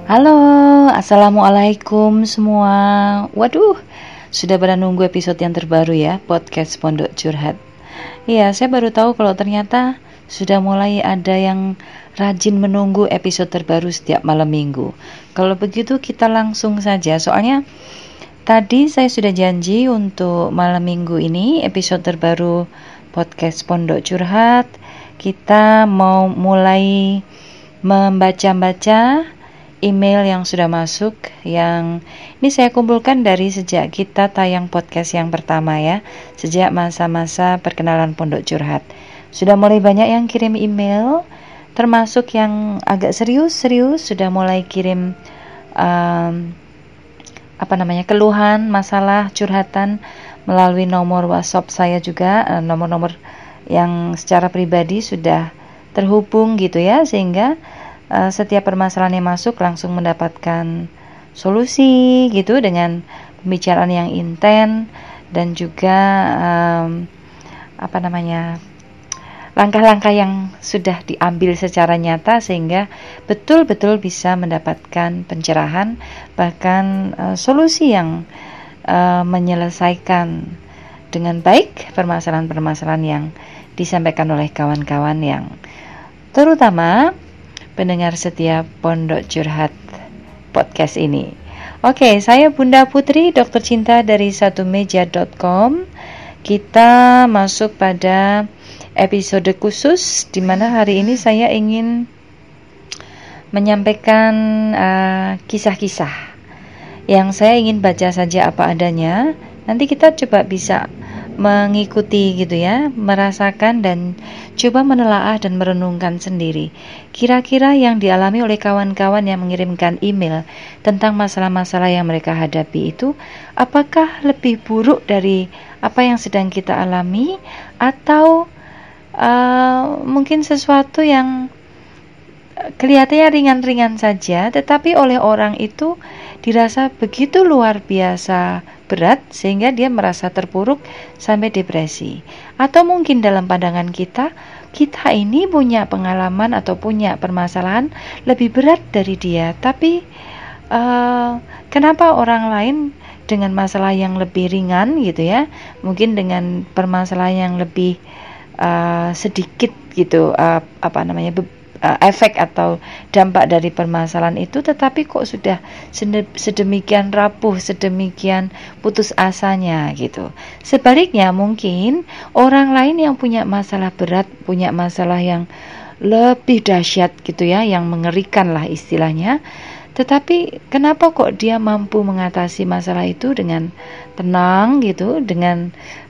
Halo, assalamualaikum semua. Waduh, sudah pada nunggu episode yang terbaru ya, podcast Pondok Curhat. Iya, saya baru tahu kalau ternyata sudah mulai ada yang rajin menunggu episode terbaru setiap malam minggu. Kalau begitu kita langsung saja, soalnya tadi saya sudah janji untuk malam minggu ini episode terbaru podcast Pondok Curhat. Kita mau mulai membaca-baca email yang sudah masuk, yang ini saya kumpulkan dari sejak kita tayang podcast yang pertama ya, sejak masa-masa perkenalan Pondok Curhat. Sudah mulai banyak yang kirim email, termasuk yang agak serius sudah mulai kirim keluhan, masalah, curhatan melalui nomor WhatsApp saya juga, nomor-nomor yang secara pribadi sudah terhubung gitu ya, sehingga setiap permasalahan yang masuk langsung mendapatkan solusi gitu dengan pembicaraan yang intens dan juga langkah-langkah yang sudah diambil secara nyata sehingga betul-betul bisa mendapatkan pencerahan, bahkan solusi yang menyelesaikan dengan baik permasalahan-permasalahan yang disampaikan oleh kawan-kawan yang terutama pendengar setia Pondok Curhat podcast ini. Oke, saya Bunda Putri, dokter cinta dari satumeja.com. Kita masuk pada episode khusus di mana hari ini saya ingin menyampaikan kisah-kisah yang saya ingin baca saja apa adanya. Nanti kita coba bisa mengikuti gitu ya, merasakan dan coba menelaah dan merenungkan sendiri. Kira-kira yang dialami oleh kawan-kawan yang mengirimkan email tentang masalah-masalah yang mereka hadapi itu apakah lebih buruk dari apa yang sedang kita alami, atau mungkin sesuatu yang kelihatannya ringan-ringan saja tetapi oleh orang itu dirasa begitu luar biasa berat sehingga dia merasa terpuruk sampai depresi. Atau mungkin dalam pandangan kita ini punya pengalaman atau punya permasalahan lebih berat dari dia, tapi kenapa orang lain dengan masalah yang lebih ringan gitu ya, mungkin dengan permasalahan yang lebih sedikit gitu efek atau dampak dari permasalahan itu, tetapi kok sudah sedemikian rapuh, sedemikian putus asanya gitu. Sebaliknya mungkin orang lain yang punya masalah berat, punya masalah yang lebih dahsyat gitu ya, yang mengerikan lah istilahnya, tetapi kenapa kok dia mampu mengatasi masalah itu dengan tenang gitu, dengan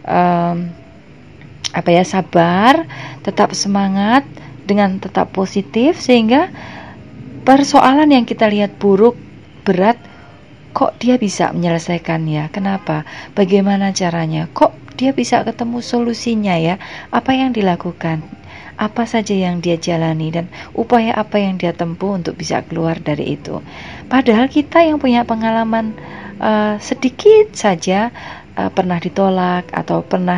sabar, tetap semangat, dengan tetap positif, sehingga persoalan yang kita lihat buruk, berat, kok dia bisa menyelesaikannya. Kenapa? Bagaimana caranya? Kok dia bisa ketemu solusinya ya? Apa yang dilakukan? Apa saja yang dia jalani dan upaya apa yang dia tempuh untuk bisa keluar dari itu. Padahal kita yang punya pengalaman sedikit saja pernah ditolak atau pernah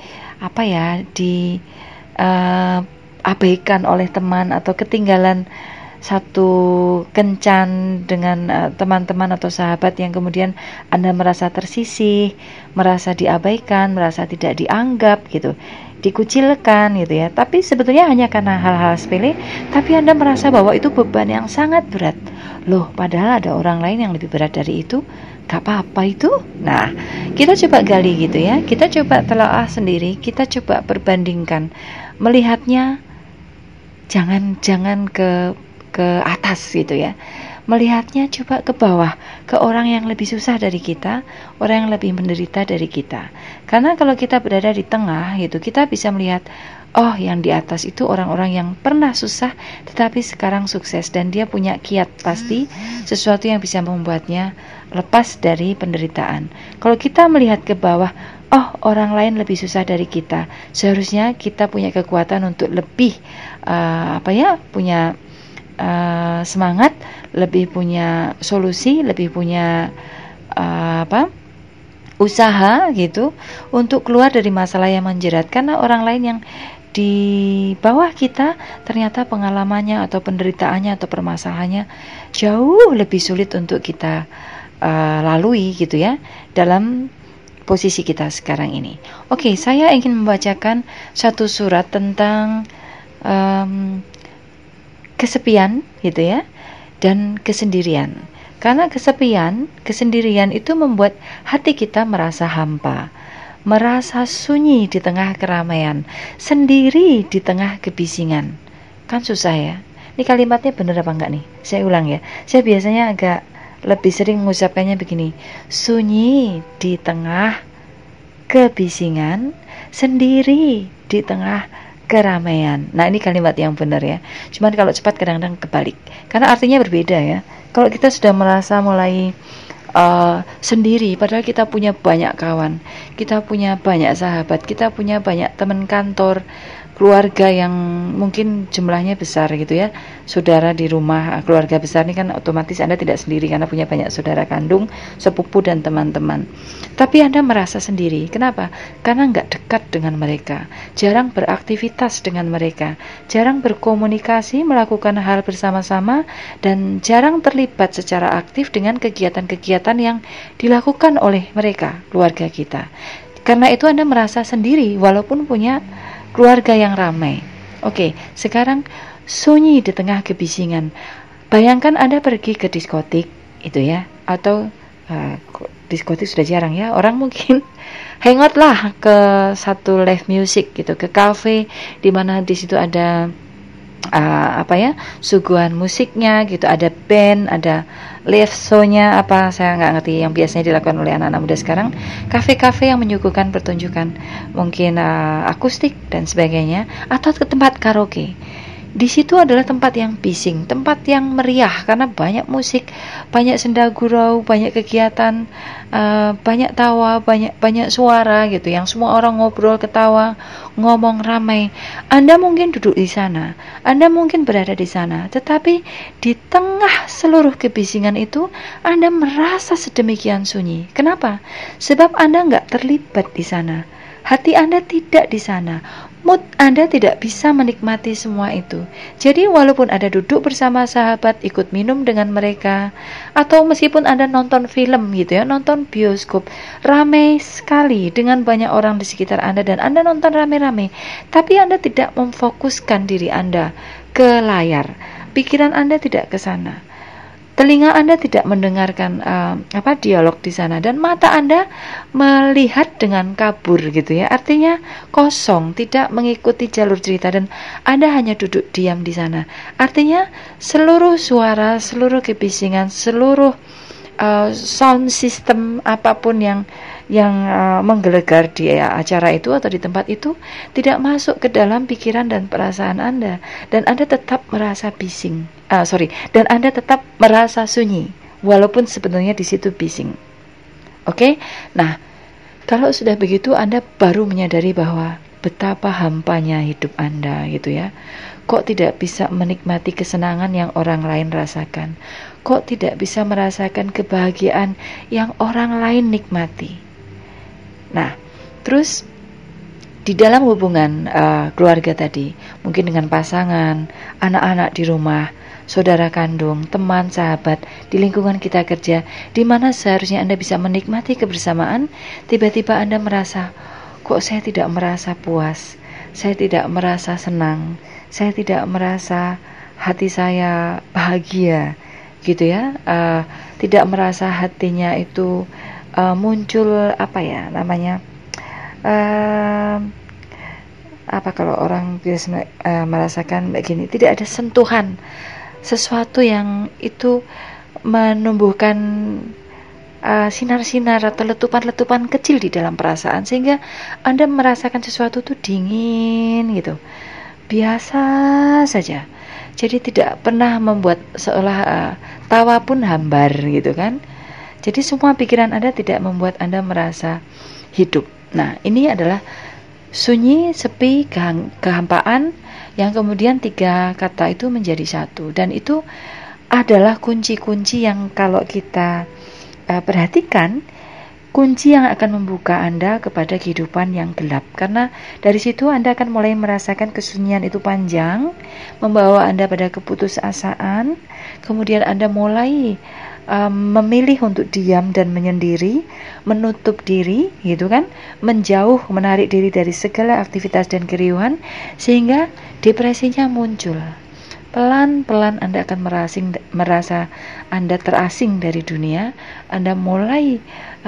abaikan oleh teman atau ketinggalan satu kencan dengan teman-teman atau sahabat yang kemudian Anda merasa tersisih, merasa diabaikan, merasa tidak dianggap gitu, dikucilkan gitu ya. Tapi sebetulnya hanya karena hal-hal sepele, tapi Anda merasa bahwa itu beban yang sangat berat. Loh, padahal ada orang lain yang lebih berat dari itu. Gak apa-apa itu. Nah, kita coba gali gitu ya. Kita coba telaah sendiri, kita coba perbandingkan, melihatnya jangan ke atas gitu ya. Melihatnya coba ke bawah, ke orang yang lebih susah dari kita, orang yang lebih menderita dari kita. Karena kalau kita berada di tengah gitu, kita bisa melihat, oh yang di atas itu orang-orang yang pernah susah tetapi sekarang sukses, dan dia punya kiat pasti, sesuatu yang bisa membuatnya lepas dari penderitaan. Kalau kita melihat ke bawah, oh orang lain lebih susah dari kita, seharusnya kita punya kekuatan untuk lebih punya semangat, lebih punya solusi, lebih punya usaha gitu untuk keluar dari masalah yang menjerat. Karena orang lain yang di bawah kita ternyata pengalamannya atau penderitaannya atau permasalahannya jauh lebih sulit untuk kita lalui gitu ya dalam posisi kita sekarang ini. Oke, saya ingin membacakan satu surat tentang kesepian gitu ya dan kesendirian. Karena kesendirian itu membuat hati kita merasa hampa, merasa sunyi di tengah keramaian, sendiri di tengah kebisingan. Kan susah ya. Ini kalimatnya benar apa enggak nih? Saya ulang ya. Saya biasanya agak lebih sering mengucapkannya begini. Sunyi di tengah kebisingan, sendiri di tengah keramaian. Nah, ini kalimat yang benar ya. Cuman kalau cepat kadang-kadang kebalik. Karena artinya berbeda ya. Kalau kita sudah merasa mulai sendiri, padahal kita punya banyak kawan, kita punya banyak sahabat, kita punya banyak teman kantor, keluarga yang mungkin jumlahnya besar gitu ya, saudara di rumah, keluarga besar ini kan otomatis Anda tidak sendiri karena punya banyak saudara kandung, sepupu dan teman-teman. Tapi Anda merasa sendiri. Kenapa? Karena nggak dekat dengan mereka, jarang beraktivitas dengan mereka, jarang berkomunikasi, melakukan hal bersama-sama, dan jarang terlibat secara aktif dengan kegiatan-kegiatan yang dilakukan oleh mereka, keluarga kita. Karena itu Anda merasa sendiri walaupun punya keluarga yang ramai. Oke, sekarang sunyi di tengah kebisingan. Bayangkan Anda pergi ke diskotik itu ya, atau diskotik sudah jarang ya. Orang mungkin hangout lah ke satu live music gitu, ke cafe di mana di situ ada suguhan musiknya gitu, ada band, ada live show-nya saya nggak ngerti yang biasanya dilakukan oleh anak-anak muda sekarang, kafe-kafe yang menyuguhkan pertunjukan mungkin akustik dan sebagainya, atau ke tempat karaoke. Di situ adalah tempat yang bising, tempat yang meriah karena banyak musik, banyak senda gurau, banyak kegiatan, banyak tawa, banyak suara gitu, yang semua orang ngobrol, ketawa, ngomong ramai. Anda mungkin duduk di sana, Anda mungkin berada di sana, tetapi di tengah seluruh kebisingan itu Anda merasa sedemikian sunyi. Kenapa? Sebab Anda nggak terlibat di sana. Hati Anda tidak di sana, mood Anda tidak bisa menikmati semua itu. Jadi walaupun Anda duduk bersama sahabat, ikut minum dengan mereka, atau meskipun Anda nonton film gitu ya, nonton bioskop, ramai sekali dengan banyak orang di sekitar Anda dan Anda nonton rame-rame, tapi Anda tidak memfokuskan diri Anda ke layar, pikiran Anda tidak ke sana. Telinga Anda tidak mendengarkan dialog di sana, dan mata Anda melihat dengan kabur gitu ya. Artinya kosong, tidak mengikuti jalur cerita, dan Anda hanya duduk diam di sana. Artinya seluruh suara, seluruh kebisingan, seluruh sound system apapun yang menggelegar di acara itu atau di tempat itu tidak masuk ke dalam pikiran dan perasaan Anda, dan Anda tetap merasa dan Anda tetap merasa sunyi walaupun sebenarnya di situ bising. Oke? Nah, kalau sudah begitu Anda baru menyadari bahwa betapa hampanya hidup Anda gitu ya. Kok tidak bisa menikmati kesenangan yang orang lain rasakan? Kok tidak bisa merasakan kebahagiaan yang orang lain nikmati? Nah, terus di dalam hubungan keluarga tadi, mungkin dengan pasangan, anak-anak di rumah, saudara kandung, teman, sahabat, di lingkungan kita kerja, di mana seharusnya Anda bisa menikmati kebersamaan, tiba-tiba Anda merasa, kok saya tidak merasa puas, saya tidak merasa senang, saya tidak merasa hati saya bahagia, gitu ya, tidak merasa hatinya itu muncul kalau orang biasa merasakan begini, tidak ada sentuhan sesuatu yang itu menumbuhkan sinar-sinar atau letupan-letupan kecil di dalam perasaan, sehingga Anda merasakan sesuatu itu dingin gitu, biasa saja. Jadi tidak pernah membuat seolah tawa pun hambar gitu kan. Jadi semua pikiran Anda tidak membuat Anda merasa hidup. Nah, ini adalah sunyi, sepi, kehampaan, yang kemudian 3 kata itu menjadi satu. Dan itu adalah kunci-kunci yang kalau kita perhatikan, kunci yang akan membuka Anda kepada kehidupan yang gelap. Karena dari situ Anda akan mulai merasakan kesunyian itu panjang, membawa Anda pada keputusasaan. Kemudian Anda mulai memilih untuk diam dan menyendiri, menutup diri, gitu kan, menjauh, menarik diri dari segala aktivitas dan keriuhan, sehingga depresinya muncul. Pelan-pelan Anda akan merasa Anda terasing dari dunia. Anda mulai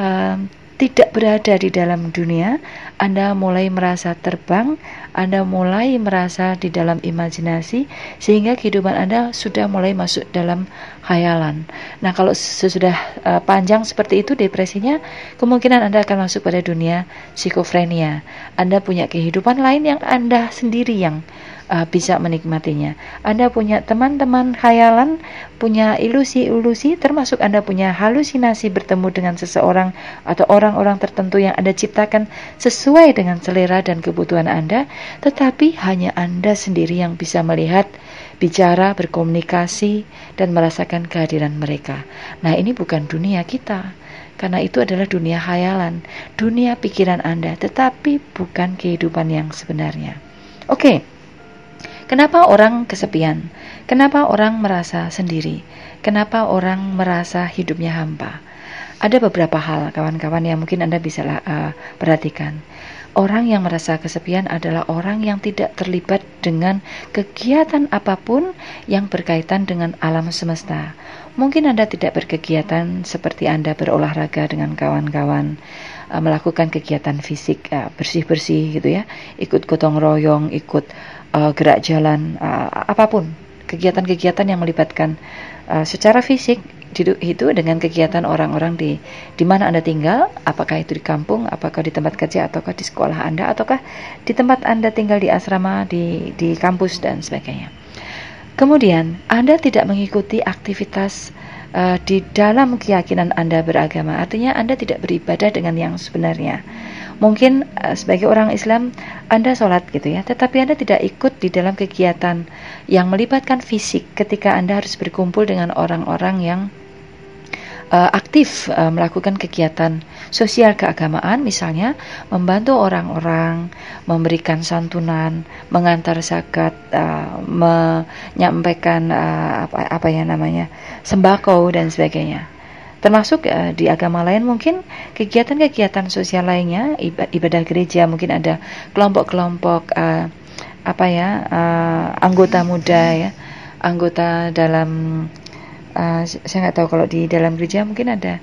tidak berada di dalam dunia. Anda mulai merasa terbang. Anda mulai merasa di dalam imajinasi, sehingga kehidupan Anda sudah mulai masuk dalam khayalan. Nah, kalau sesudah panjang seperti itu depresinya, kemungkinan Anda akan masuk pada dunia psikofrenia. Anda punya kehidupan lain yang Anda sendiri yang bisa menikmatinya. Anda punya teman-teman khayalan, punya ilusi-ilusi, termasuk Anda punya halusinasi bertemu dengan seseorang atau orang-orang tertentu yang Anda ciptakan sesuai dengan selera dan kebutuhan Anda, tetapi hanya Anda sendiri yang bisa melihat, bicara, berkomunikasi, dan merasakan kehadiran mereka. Nah, ini bukan dunia kita, karena itu adalah dunia khayalan, dunia pikiran Anda, tetapi bukan kehidupan yang sebenarnya. Oke. Kenapa orang kesepian? Kenapa orang merasa sendiri? Kenapa orang merasa hidupnya hampa? Ada beberapa hal, kawan-kawan, yang mungkin Anda bisa perhatikan. Orang yang merasa kesepian adalah orang yang tidak terlibat dengan kegiatan apapun yang berkaitan dengan alam semesta. Mungkin Anda tidak berkegiatan seperti Anda berolahraga dengan kawan-kawan, melakukan kegiatan fisik, bersih-bersih gitu ya, ikut gotong royong, ikut gerak jalan, apapun kegiatan-kegiatan yang melibatkan secara fisik itu dengan kegiatan orang-orang di mana Anda tinggal, apakah itu di kampung, apakah di tempat kerja, ataukah di sekolah Anda, ataukah di tempat Anda tinggal di asrama, di kampus dan sebagainya. Kemudian Anda tidak mengikuti aktivitas di dalam keyakinan Anda beragama, artinya Anda tidak beribadah dengan yang sebenarnya. Mungkin sebagai orang Islam Anda sholat gitu ya, tetapi Anda tidak ikut di dalam kegiatan yang melibatkan fisik ketika Anda harus berkumpul dengan orang-orang yang aktif melakukan kegiatan sosial keagamaan, misalnya membantu orang-orang, memberikan santunan, mengantar zakat, menyampaikan sembako dan sebagainya. Termasuk di agama lain mungkin kegiatan-kegiatan sosial lainnya, ibadah gereja, mungkin ada kelompok-kelompok anggota muda ya, anggota dalam saya nggak tahu kalau di dalam gereja mungkin ada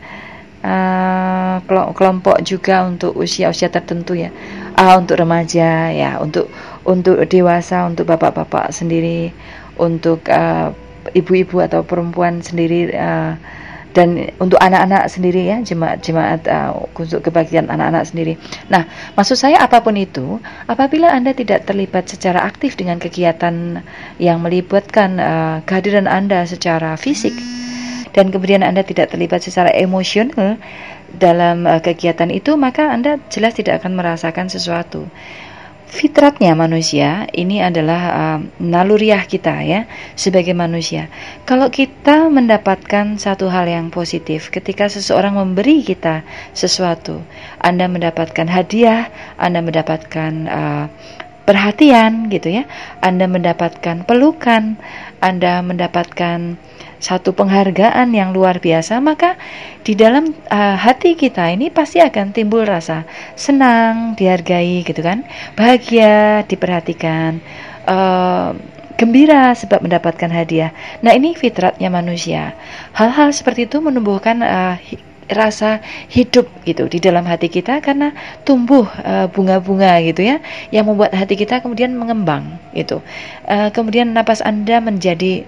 kelompok juga untuk usia-usia tertentu ya, untuk remaja ya, untuk dewasa, untuk bapak-bapak sendiri, untuk ibu-ibu atau perempuan sendiri, dan untuk anak-anak sendiri ya, jemaat untuk kebagian anak-anak sendiri. Nah, maksud saya apapun itu, apabila Anda tidak terlibat secara aktif dengan kegiatan yang melibatkan kehadiran Anda secara fisik, dan kemudian Anda tidak terlibat secara emosional dalam kegiatan itu, maka Anda jelas tidak akan merasakan sesuatu. Fitratnya manusia ini adalah naluriah kita ya sebagai manusia. Kalau kita mendapatkan satu hal yang positif ketika seseorang memberi kita sesuatu, Anda mendapatkan hadiah, Anda mendapatkan perhatian gitu ya, Anda mendapatkan pelukan, Anda mendapatkan satu penghargaan yang luar biasa, maka di dalam hati kita ini pasti akan timbul rasa senang, dihargai gitu kan, bahagia, diperhatikan, gembira sebab mendapatkan hadiah. Nah, ini fitratnya manusia. Hal-hal seperti itu menumbuhkan rasa hidup gitu di dalam hati kita, karena tumbuh bunga-bunga gitu ya, yang membuat hati kita kemudian mengembang gitu. Kemudian napas Anda menjadi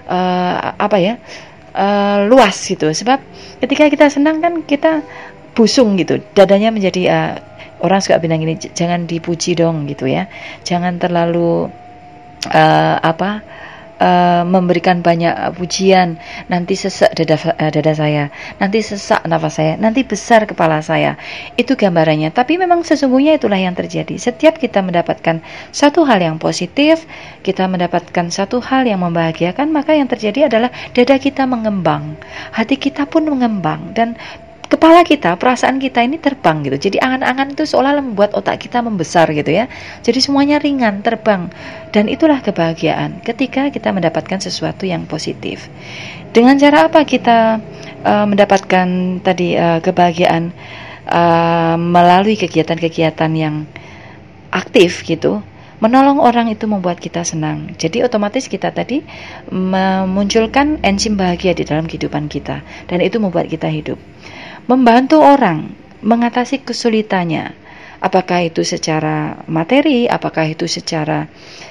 luas gitu, sebab ketika kita senang kan kita busung gitu, dadanya menjadi orang suka bilang gini, jangan dipuji dong gitu ya, jangan terlalu memberikan banyak pujian, nanti sesak dada saya, nanti sesak nafas saya, nanti besar kepala saya. Itu gambarannya. Tapi memang sesungguhnya itulah yang terjadi. Setiap kita mendapatkan satu hal yang positif, kita mendapatkan satu hal yang membahagiakan, maka yang terjadi adalah dada kita mengembang, hati kita pun mengembang, dan kepala kita, perasaan kita ini terbang gitu. Jadi angan-angan itu seolah membuat otak kita membesar gitu ya. Jadi semuanya ringan, terbang. Dan itulah kebahagiaan ketika kita mendapatkan sesuatu yang positif. Dengan cara apa kita mendapatkan tadi kebahagiaan? Melalui kegiatan-kegiatan yang aktif gitu. Menolong orang itu membuat kita senang. Jadi otomatis kita tadi memunculkan enzim bahagia di dalam kehidupan kita, dan itu membuat kita hidup. Membantu orang mengatasi kesulitannya, apakah itu secara materi, apakah itu secara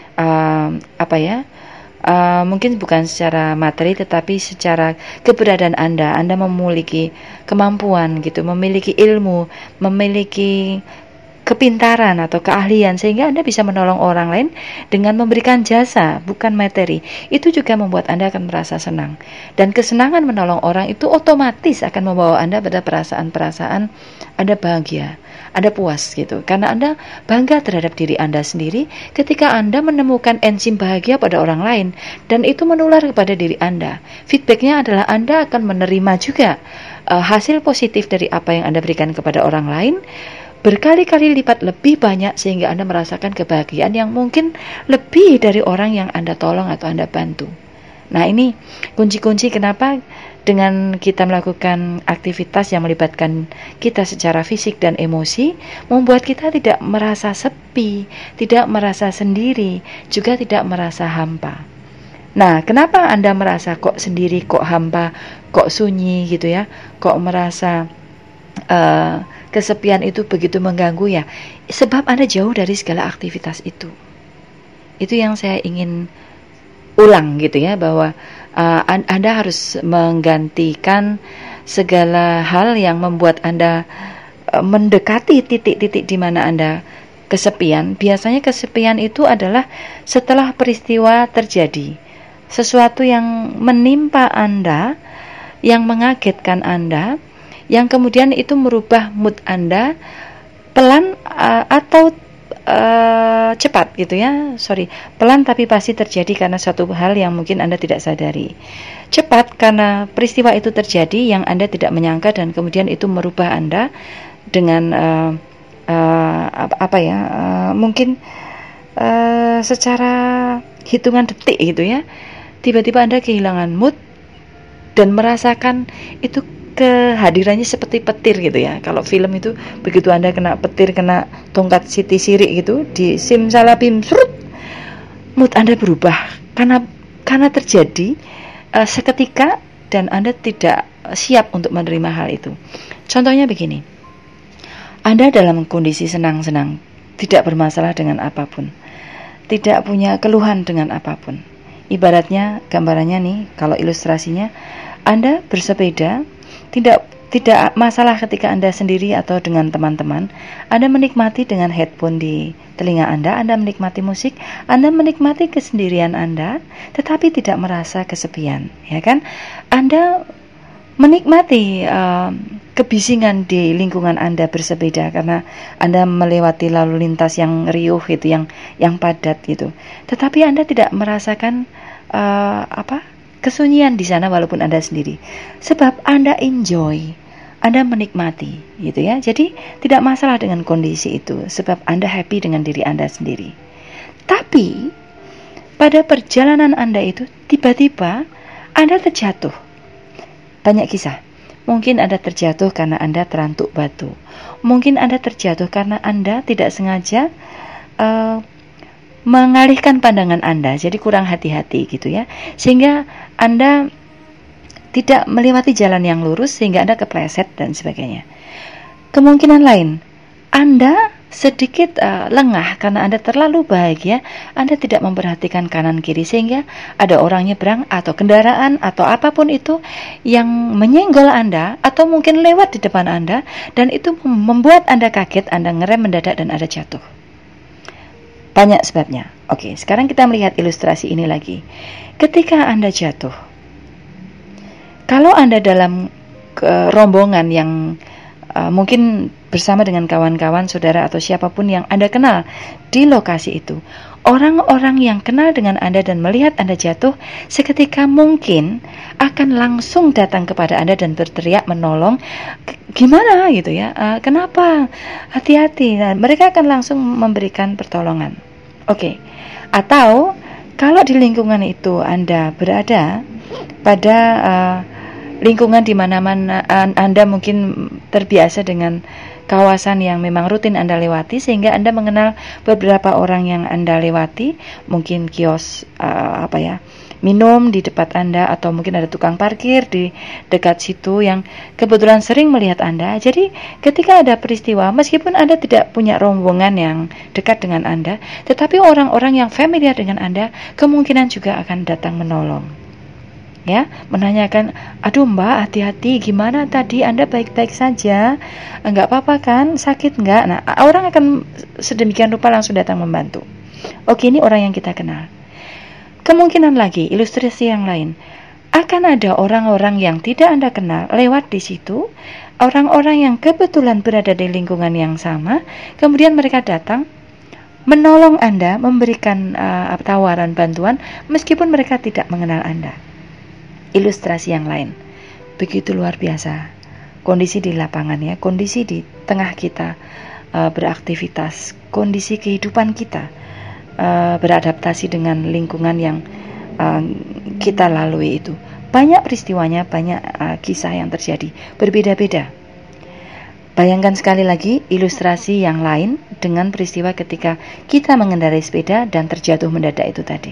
mungkin bukan secara materi, tetapi secara keberadaan Anda memiliki kemampuan gitu, memiliki ilmu, memiliki kepintaran atau keahlian, sehingga Anda bisa menolong orang lain dengan memberikan jasa, bukan materi. Itu juga membuat Anda akan merasa senang. Dan kesenangan menolong orang itu otomatis akan membawa Anda pada perasaan-perasaan Anda bahagia, Anda puas gitu. Karena Anda bangga terhadap diri Anda sendiri ketika Anda menemukan enzim bahagia pada orang lain, dan itu menular kepada diri Anda. Feedbacknya adalah Anda akan menerima juga hasil positif dari apa yang Anda berikan kepada orang lain, berkali-kali lipat lebih banyak, sehingga Anda merasakan kebahagiaan yang mungkin lebih dari orang yang Anda tolong atau Anda bantu. Nah, ini kunci-kunci kenapa dengan kita melakukan aktivitas yang melibatkan kita secara fisik dan emosi, membuat kita tidak merasa sepi, tidak merasa sendiri, juga tidak merasa hampa. Nah, kenapa Anda merasa kok sendiri, kok hampa, kok sunyi gitu ya, kok merasa kesepian itu begitu mengganggu ya? Sebab Anda jauh dari segala aktivitas itu. Itu yang saya ingin ulang gitu ya, bahwa Anda harus menggantikan segala hal yang membuat Anda mendekati titik-titik di mana Anda kesepian. Biasanya kesepian itu adalah setelah peristiwa terjadi, sesuatu yang menimpa Anda, yang mengagetkan Anda, yang kemudian itu merubah mood Anda pelan atau cepat gitu ya. Pelan tapi pasti terjadi karena suatu hal yang mungkin Anda tidak sadari. Cepat karena peristiwa itu terjadi yang Anda tidak menyangka, dan kemudian itu merubah Anda dengan mungkin secara hitungan detik gitu ya. Tiba-tiba Anda kehilangan mood dan merasakan itu kehadirannya seperti petir gitu ya. Kalau film itu begitu Anda kena petir, kena tongkat siti sirik gitu, di simsalabim surut, mood Anda berubah karena terjadi seketika dan Anda tidak siap untuk menerima hal itu. Contohnya begini, Anda dalam kondisi senang-senang, tidak bermasalah dengan apapun, tidak punya keluhan dengan apapun. Ibaratnya, gambarannya nih, kalau ilustrasinya, Anda bersepeda, tidak masalah ketika Anda sendiri atau dengan teman-teman. Anda menikmati dengan headphone di telinga Anda menikmati musik, Anda menikmati kesendirian Anda, tetapi tidak merasa kesepian, ya kan? Anda menikmati kebisingan di lingkungan Anda bersepeda karena Anda melewati lalu lintas yang riuh gitu, yang padat gitu. Tetapi Anda tidak merasakan kesunyian di sana walaupun Anda sendiri. Sebab Anda enjoy, Anda menikmati gitu ya. Jadi tidak masalah dengan kondisi itu sebab Anda happy dengan diri Anda sendiri. Tapi pada perjalanan Anda itu tiba-tiba Anda terjatuh. Banyak kisah. Mungkin Anda terjatuh karena Anda terantuk batu. Mungkin Anda terjatuh karena Anda tidak sengaja mengalihkan pandangan Anda, jadi kurang hati-hati gitu ya, sehingga Anda tidak melewati jalan yang lurus sehingga Anda kepleset dan sebagainya. Kemungkinan lain, Anda sedikit lengah karena Anda terlalu bahagia, Anda tidak memperhatikan kanan kiri sehingga ada orang nyebrang atau kendaraan atau apapun itu yang menyenggol Anda atau mungkin lewat di depan Anda, dan itu membuat Anda kaget, Anda ngerem mendadak dan Anda jatuh. Banyak sebabnya. Oke, sekarang kita melihat ilustrasi ini lagi. Ketika Anda jatuh, kalau Anda dalam rombongan yang mungkin bersama dengan kawan-kawan, saudara atau siapapun yang Anda kenal di lokasi itu, Orang-orang yang kenal dengan Anda dan melihat Anda jatuh, seketika mungkin akan langsung datang kepada Anda dan berteriak menolong. Gimana gitu ya? Kenapa? Hati-hati. Nah, mereka akan langsung memberikan pertolongan. Oke. Atau kalau di lingkungan itu Anda berada pada lingkungan di mana-mana Anda mungkin terbiasa dengan kawasan yang memang rutin Anda lewati, sehingga Anda mengenal beberapa orang yang Anda lewati, mungkin kios minum di dekat Anda, atau mungkin ada tukang parkir di dekat situ yang kebetulan sering melihat Anda. Jadi ketika ada peristiwa, meskipun Anda tidak punya rombongan yang dekat dengan Anda, tetapi orang-orang yang familiar dengan Anda kemungkinan juga akan datang menolong. Ya, menanyakan, aduh Mbak, hati-hati, gimana tadi, Anda baik-baik saja, enggak apa-apa kan, sakit enggak? Nah, orang akan sedemikian rupa langsung datang membantu. Oke, ini orang yang kita kenal. Kemungkinan lagi, ilustrasi yang lain, akan ada orang-orang yang tidak Anda kenal lewat di situ, orang-orang yang kebetulan berada di lingkungan yang sama, kemudian mereka datang menolong Anda, memberikan tawaran bantuan meskipun mereka tidak mengenal Anda. Ilustrasi yang lain, begitu luar biasa kondisi di lapangan ya, kondisi di tengah kita beraktivitas, kondisi kehidupan kita beradaptasi dengan lingkungan yang kita lalui itu. Banyak peristiwanya, banyak kisah yang terjadi, berbeda-beda. Bayangkan sekali lagi ilustrasi yang lain dengan peristiwa ketika kita mengendarai sepeda dan terjatuh mendadak itu tadi.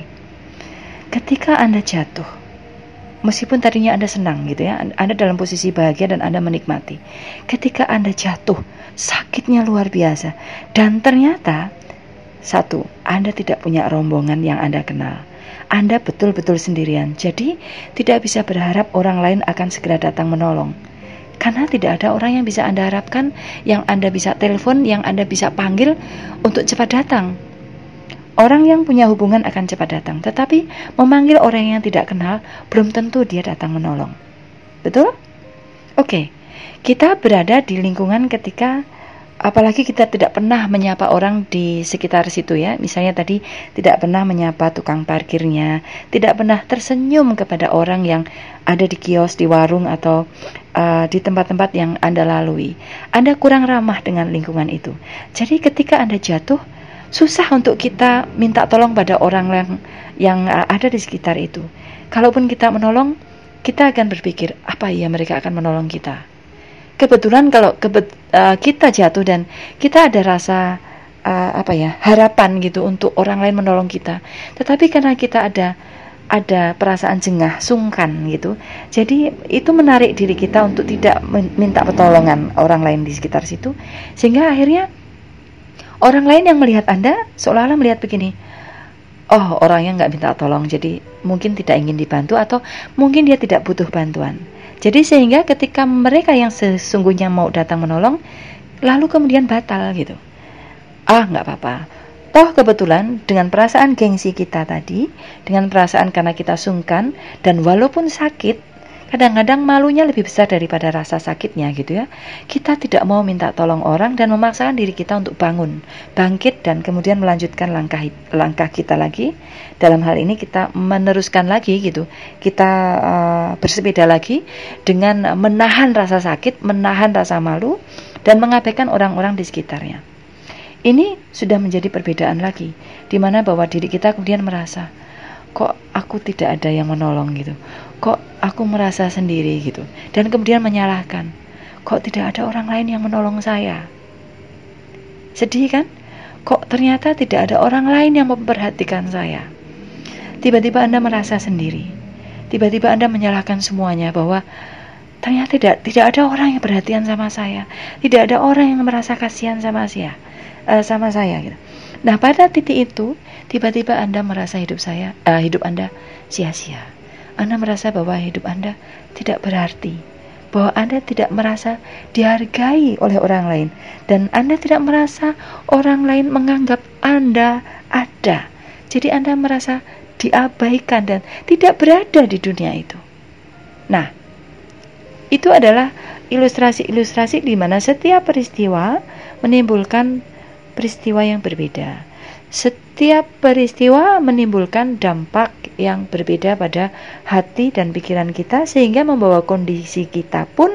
Ketika Anda jatuh, meskipun tadinya Anda senang gitu ya, Anda dalam posisi bahagia dan Anda menikmati. Ketika Anda jatuh, sakitnya luar biasa. Dan ternyata, satu, Anda tidak punya rombongan yang Anda kenal. Anda betul-betul sendirian. Jadi, tidak bisa berharap orang lain akan segera datang menolong. Karena tidak ada orang yang bisa Anda harapkan, yang Anda bisa telepon, yang Anda bisa panggil untuk cepat datang. Orang yang punya hubungan akan cepat datang, tetapi memanggil orang yang tidak kenal belum tentu dia datang menolong. Betul? Oke. Kita berada di lingkungan ketika apalagi kita tidak pernah menyapa orang di sekitar situ ya. Misalnya tadi tidak pernah menyapa tukang parkirnya, tidak pernah tersenyum kepada orang yang ada di kios, di warung, atau di tempat-tempat yang Anda lalui. Anda kurang ramah dengan lingkungan itu. Jadi ketika Anda jatuh, susah untuk kita minta tolong pada orang yang ada di sekitar itu. Kalaupun kita menolong, kita akan berpikir, apa ya mereka akan menolong kita? Kebetulan kalau kita jatuh dan kita ada rasa harapan gitu untuk orang lain menolong kita. Tetapi karena kita ada perasaan jengah, sungkan gitu. Jadi itu menarik diri kita untuk tidak minta pertolongan orang lain di sekitar situ, sehingga akhirnya orang lain yang melihat Anda seolah-olah melihat begini, oh orangnya nggak minta tolong, jadi mungkin tidak ingin dibantu atau mungkin dia tidak butuh bantuan. Jadi sehingga ketika mereka yang sesungguhnya mau datang menolong, lalu kemudian batal gitu. Nggak apa-apa. Toh kebetulan dengan perasaan gengsi kita tadi, dengan perasaan karena kita sungkan, dan walaupun sakit, kadang-kadang malunya lebih besar daripada rasa sakitnya gitu ya. Kita tidak mau minta tolong orang dan memaksakan diri kita untuk bangkit dan kemudian melanjutkan langkah kita lagi. Dalam hal ini kita meneruskan lagi gitu. Kita bersepeda lagi dengan menahan rasa sakit, menahan rasa malu, dan mengabaikan orang-orang di sekitarnya. Ini sudah menjadi perbedaan lagi, di mana bahwa diri kita kemudian merasa, kok aku tidak ada yang menolong gitu, kok aku merasa sendiri gitu, dan kemudian menyalahkan, kok tidak ada orang lain yang menolong saya. Sedih kan? Kok ternyata tidak ada orang lain yang memperhatikan saya. Tiba-tiba Anda merasa sendiri, tiba-tiba Anda menyalahkan semuanya, bahwa ternyata tidak ada orang yang perhatian sama saya, tidak ada orang yang merasa kasihan sama saya gitu. Nah, pada titik itu tiba-tiba Anda merasa hidup Anda sia-sia. Anda merasa bahwa hidup Anda tidak berarti, bahwa Anda tidak merasa dihargai oleh orang lain, dan Anda tidak merasa orang lain menganggap Anda ada. Jadi Anda merasa diabaikan dan tidak berada di dunia itu. Nah, itu adalah ilustrasi-ilustrasi di mana setiap peristiwa menimbulkan peristiwa yang berbeda. Tiap peristiwa menimbulkan dampak yang berbeda pada hati dan pikiran kita, sehingga membawa kondisi kita pun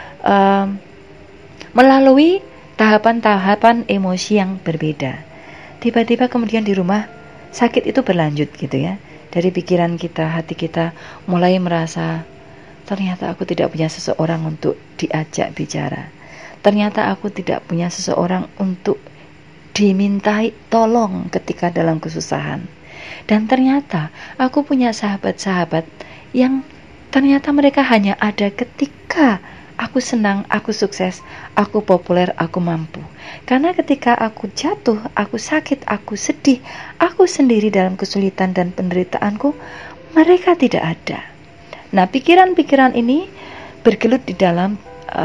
melalui tahapan-tahapan emosi yang berbeda. Tiba-tiba kemudian di rumah sakit itu berlanjut gitu ya. Dari pikiran kita, hati kita mulai merasa, ternyata aku tidak punya seseorang untuk diajak bicara. Ternyata aku tidak punya seseorang untuk dimintai tolong ketika dalam kesusahan. Dan ternyata aku punya sahabat-sahabat yang ternyata mereka hanya ada ketika aku senang, aku sukses, aku populer, aku mampu. Karena ketika aku jatuh, aku sakit, aku sedih, aku sendiri dalam kesulitan dan penderitaanku, mereka tidak ada. Nah, pikiran-pikiran ini bergelut di dalam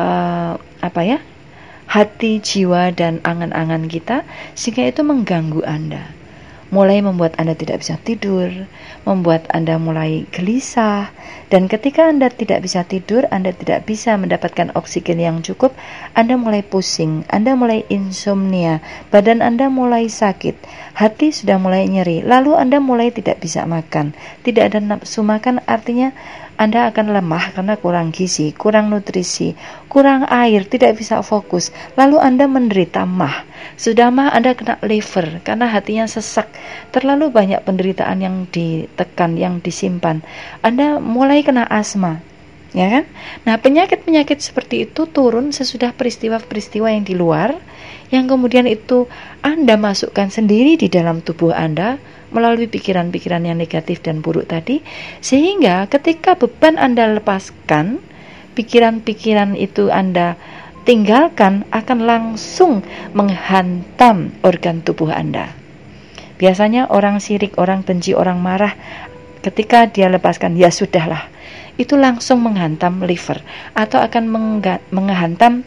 hati, jiwa, dan angan-angan kita, sehingga itu mengganggu Anda. Mulai membuat Anda tidak bisa tidur, membuat Anda mulai gelisah, dan ketika Anda tidak bisa tidur, Anda tidak bisa mendapatkan oksigen yang cukup, Anda mulai pusing, Anda mulai insomnia, badan Anda mulai sakit, hati sudah mulai nyeri, lalu Anda mulai tidak bisa makan, tidak ada nafsu makan, artinya Anda akan lemah karena kurang gizi, kurang nutrisi, kurang air, tidak bisa fokus. Lalu Anda menderita MAH. Sudah MAH Anda kena liver karena hatinya sesak. Terlalu banyak penderitaan yang ditekan, yang disimpan. Anda mulai kena asma. Ya kan? Nah, penyakit-penyakit seperti itu turun sesudah peristiwa-peristiwa yang di luar, yang kemudian itu Anda masukkan sendiri di dalam tubuh Anda melalui pikiran-pikiran yang negatif dan buruk tadi, sehingga ketika beban Anda lepaskan, pikiran-pikiran itu Anda tinggalkan, akan langsung menghantam organ tubuh Anda. Biasanya orang sirik, orang benci, orang marah, ketika dia lepaskan, ya sudahlah, itu langsung menghantam liver atau akan menghantam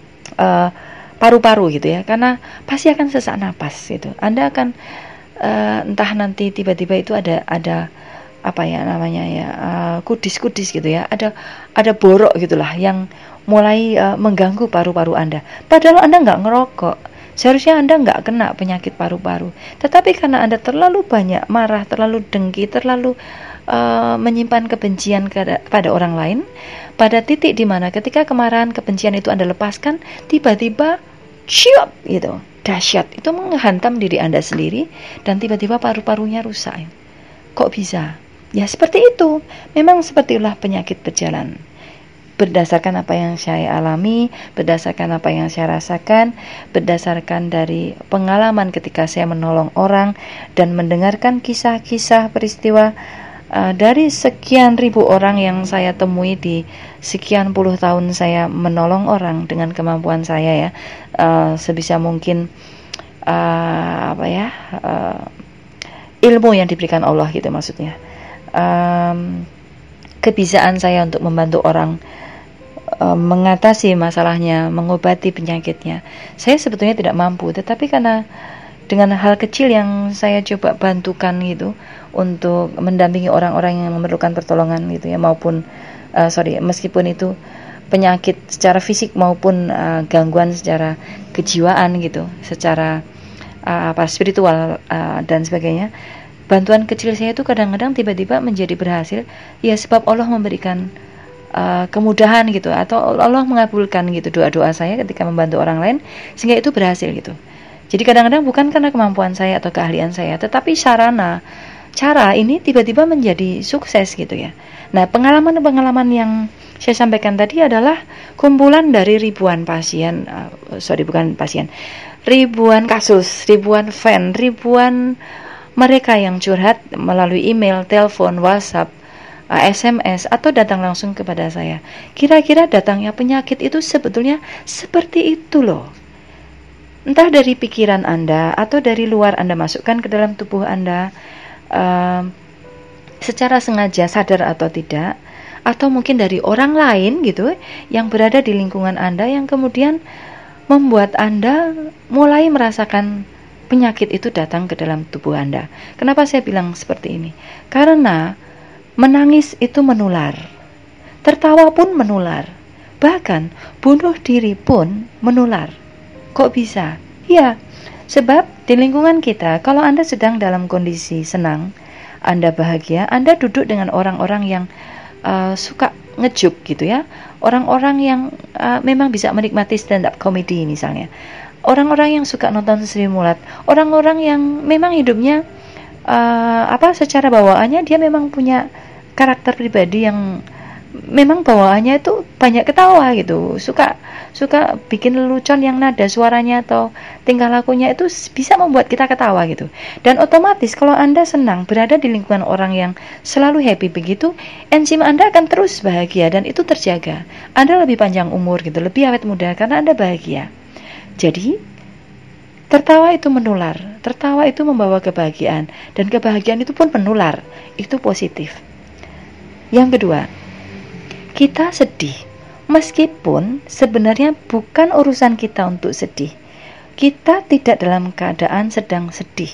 paru-paru gitu ya, karena pasti akan sesak napas gitu. Anda akan entah nanti tiba-tiba itu ada apa ya namanya ya, kudis-kudis gitu ya, ada borok gitulah yang mulai mengganggu paru-paru Anda. Padahal Anda nggak ngerokok, seharusnya Anda nggak kena penyakit paru-paru, tetapi karena Anda terlalu banyak marah, terlalu dengki, terlalu menyimpan kebencian kepada orang lain, pada titik dimana ketika kemarahan, kebencian itu Anda lepaskan, tiba-tiba ciop gitu, dahsyat, itu menghantam diri Anda sendiri, dan tiba-tiba paru-parunya rusak. Kok bisa? Ya seperti itu. Memang sepertilah penyakit berjalan. Berdasarkan apa yang saya alami, berdasarkan apa yang saya rasakan, berdasarkan dari pengalaman ketika saya menolong orang dan mendengarkan kisah-kisah peristiwa dari sekian ribu orang yang saya temui di sekian puluh tahun saya menolong orang dengan kemampuan saya ya, sebisa mungkin ilmu yang diberikan Allah gitu maksudnya, kebiasaan saya untuk membantu orang mengatasi masalahnya, mengobati penyakitnya. Saya sebetulnya tidak mampu, tetapi karena dengan hal kecil yang saya coba bantukan gitu untuk mendampingi orang-orang yang memerlukan pertolongan gitu ya, maupun meskipun itu penyakit secara fisik maupun gangguan secara kejiwaan gitu, secara spiritual dan sebagainya. Bantuan kecil saya itu kadang-kadang tiba-tiba menjadi berhasil ya, sebab Allah memberikan kemudahan gitu, atau Allah mengabulkan gitu doa-doa saya ketika membantu orang lain, sehingga itu berhasil gitu. Jadi kadang-kadang bukan karena kemampuan saya atau keahlian saya, tetapi cara ini tiba-tiba menjadi sukses gitu ya. Nah, pengalaman-pengalaman yang saya sampaikan tadi adalah kumpulan dari ribuan ribuan kasus, ribuan fan, ribuan mereka yang curhat melalui email, telepon, WhatsApp, SMS, atau datang langsung kepada saya. Kira-kira datangnya penyakit itu sebetulnya seperti itu loh. Entah dari pikiran Anda atau dari luar Anda masukkan ke dalam tubuh Anda, secara sengaja, sadar atau tidak, atau mungkin dari orang lain gitu yang berada di lingkungan Anda, yang kemudian membuat Anda mulai merasakan penyakit itu datang ke dalam tubuh Anda. Kenapa saya bilang seperti ini? Karena menangis itu menular, tertawa pun menular, bahkan bunuh diri pun menular. Kok bisa? Ya, Sebab di lingkungan kita, kalau Anda sedang dalam kondisi senang, Anda bahagia, Anda duduk dengan orang-orang yang suka ngejuk gitu ya, orang-orang yang memang bisa menikmati stand up comedy misalnya, orang-orang yang suka nonton Sri Mulat, orang-orang yang memang hidupnya secara bawaannya dia memang punya karakter pribadi yang memang bawaannya itu banyak ketawa gitu, suka bikin lelucon yang nada suaranya atau tingkah lakunya itu bisa membuat kita ketawa gitu. Dan otomatis kalau Anda senang berada di lingkungan orang yang selalu happy begitu, enzim Anda akan terus bahagia dan itu terjaga. Anda lebih panjang umur gitu, lebih awet muda karena Anda bahagia. Jadi tertawa itu menular, tertawa itu membawa kebahagiaan, dan kebahagiaan itu pun menular, itu positif. Yang kedua, kita sedih, meskipun sebenarnya bukan urusan kita untuk sedih. Kita tidak dalam keadaan sedang sedih,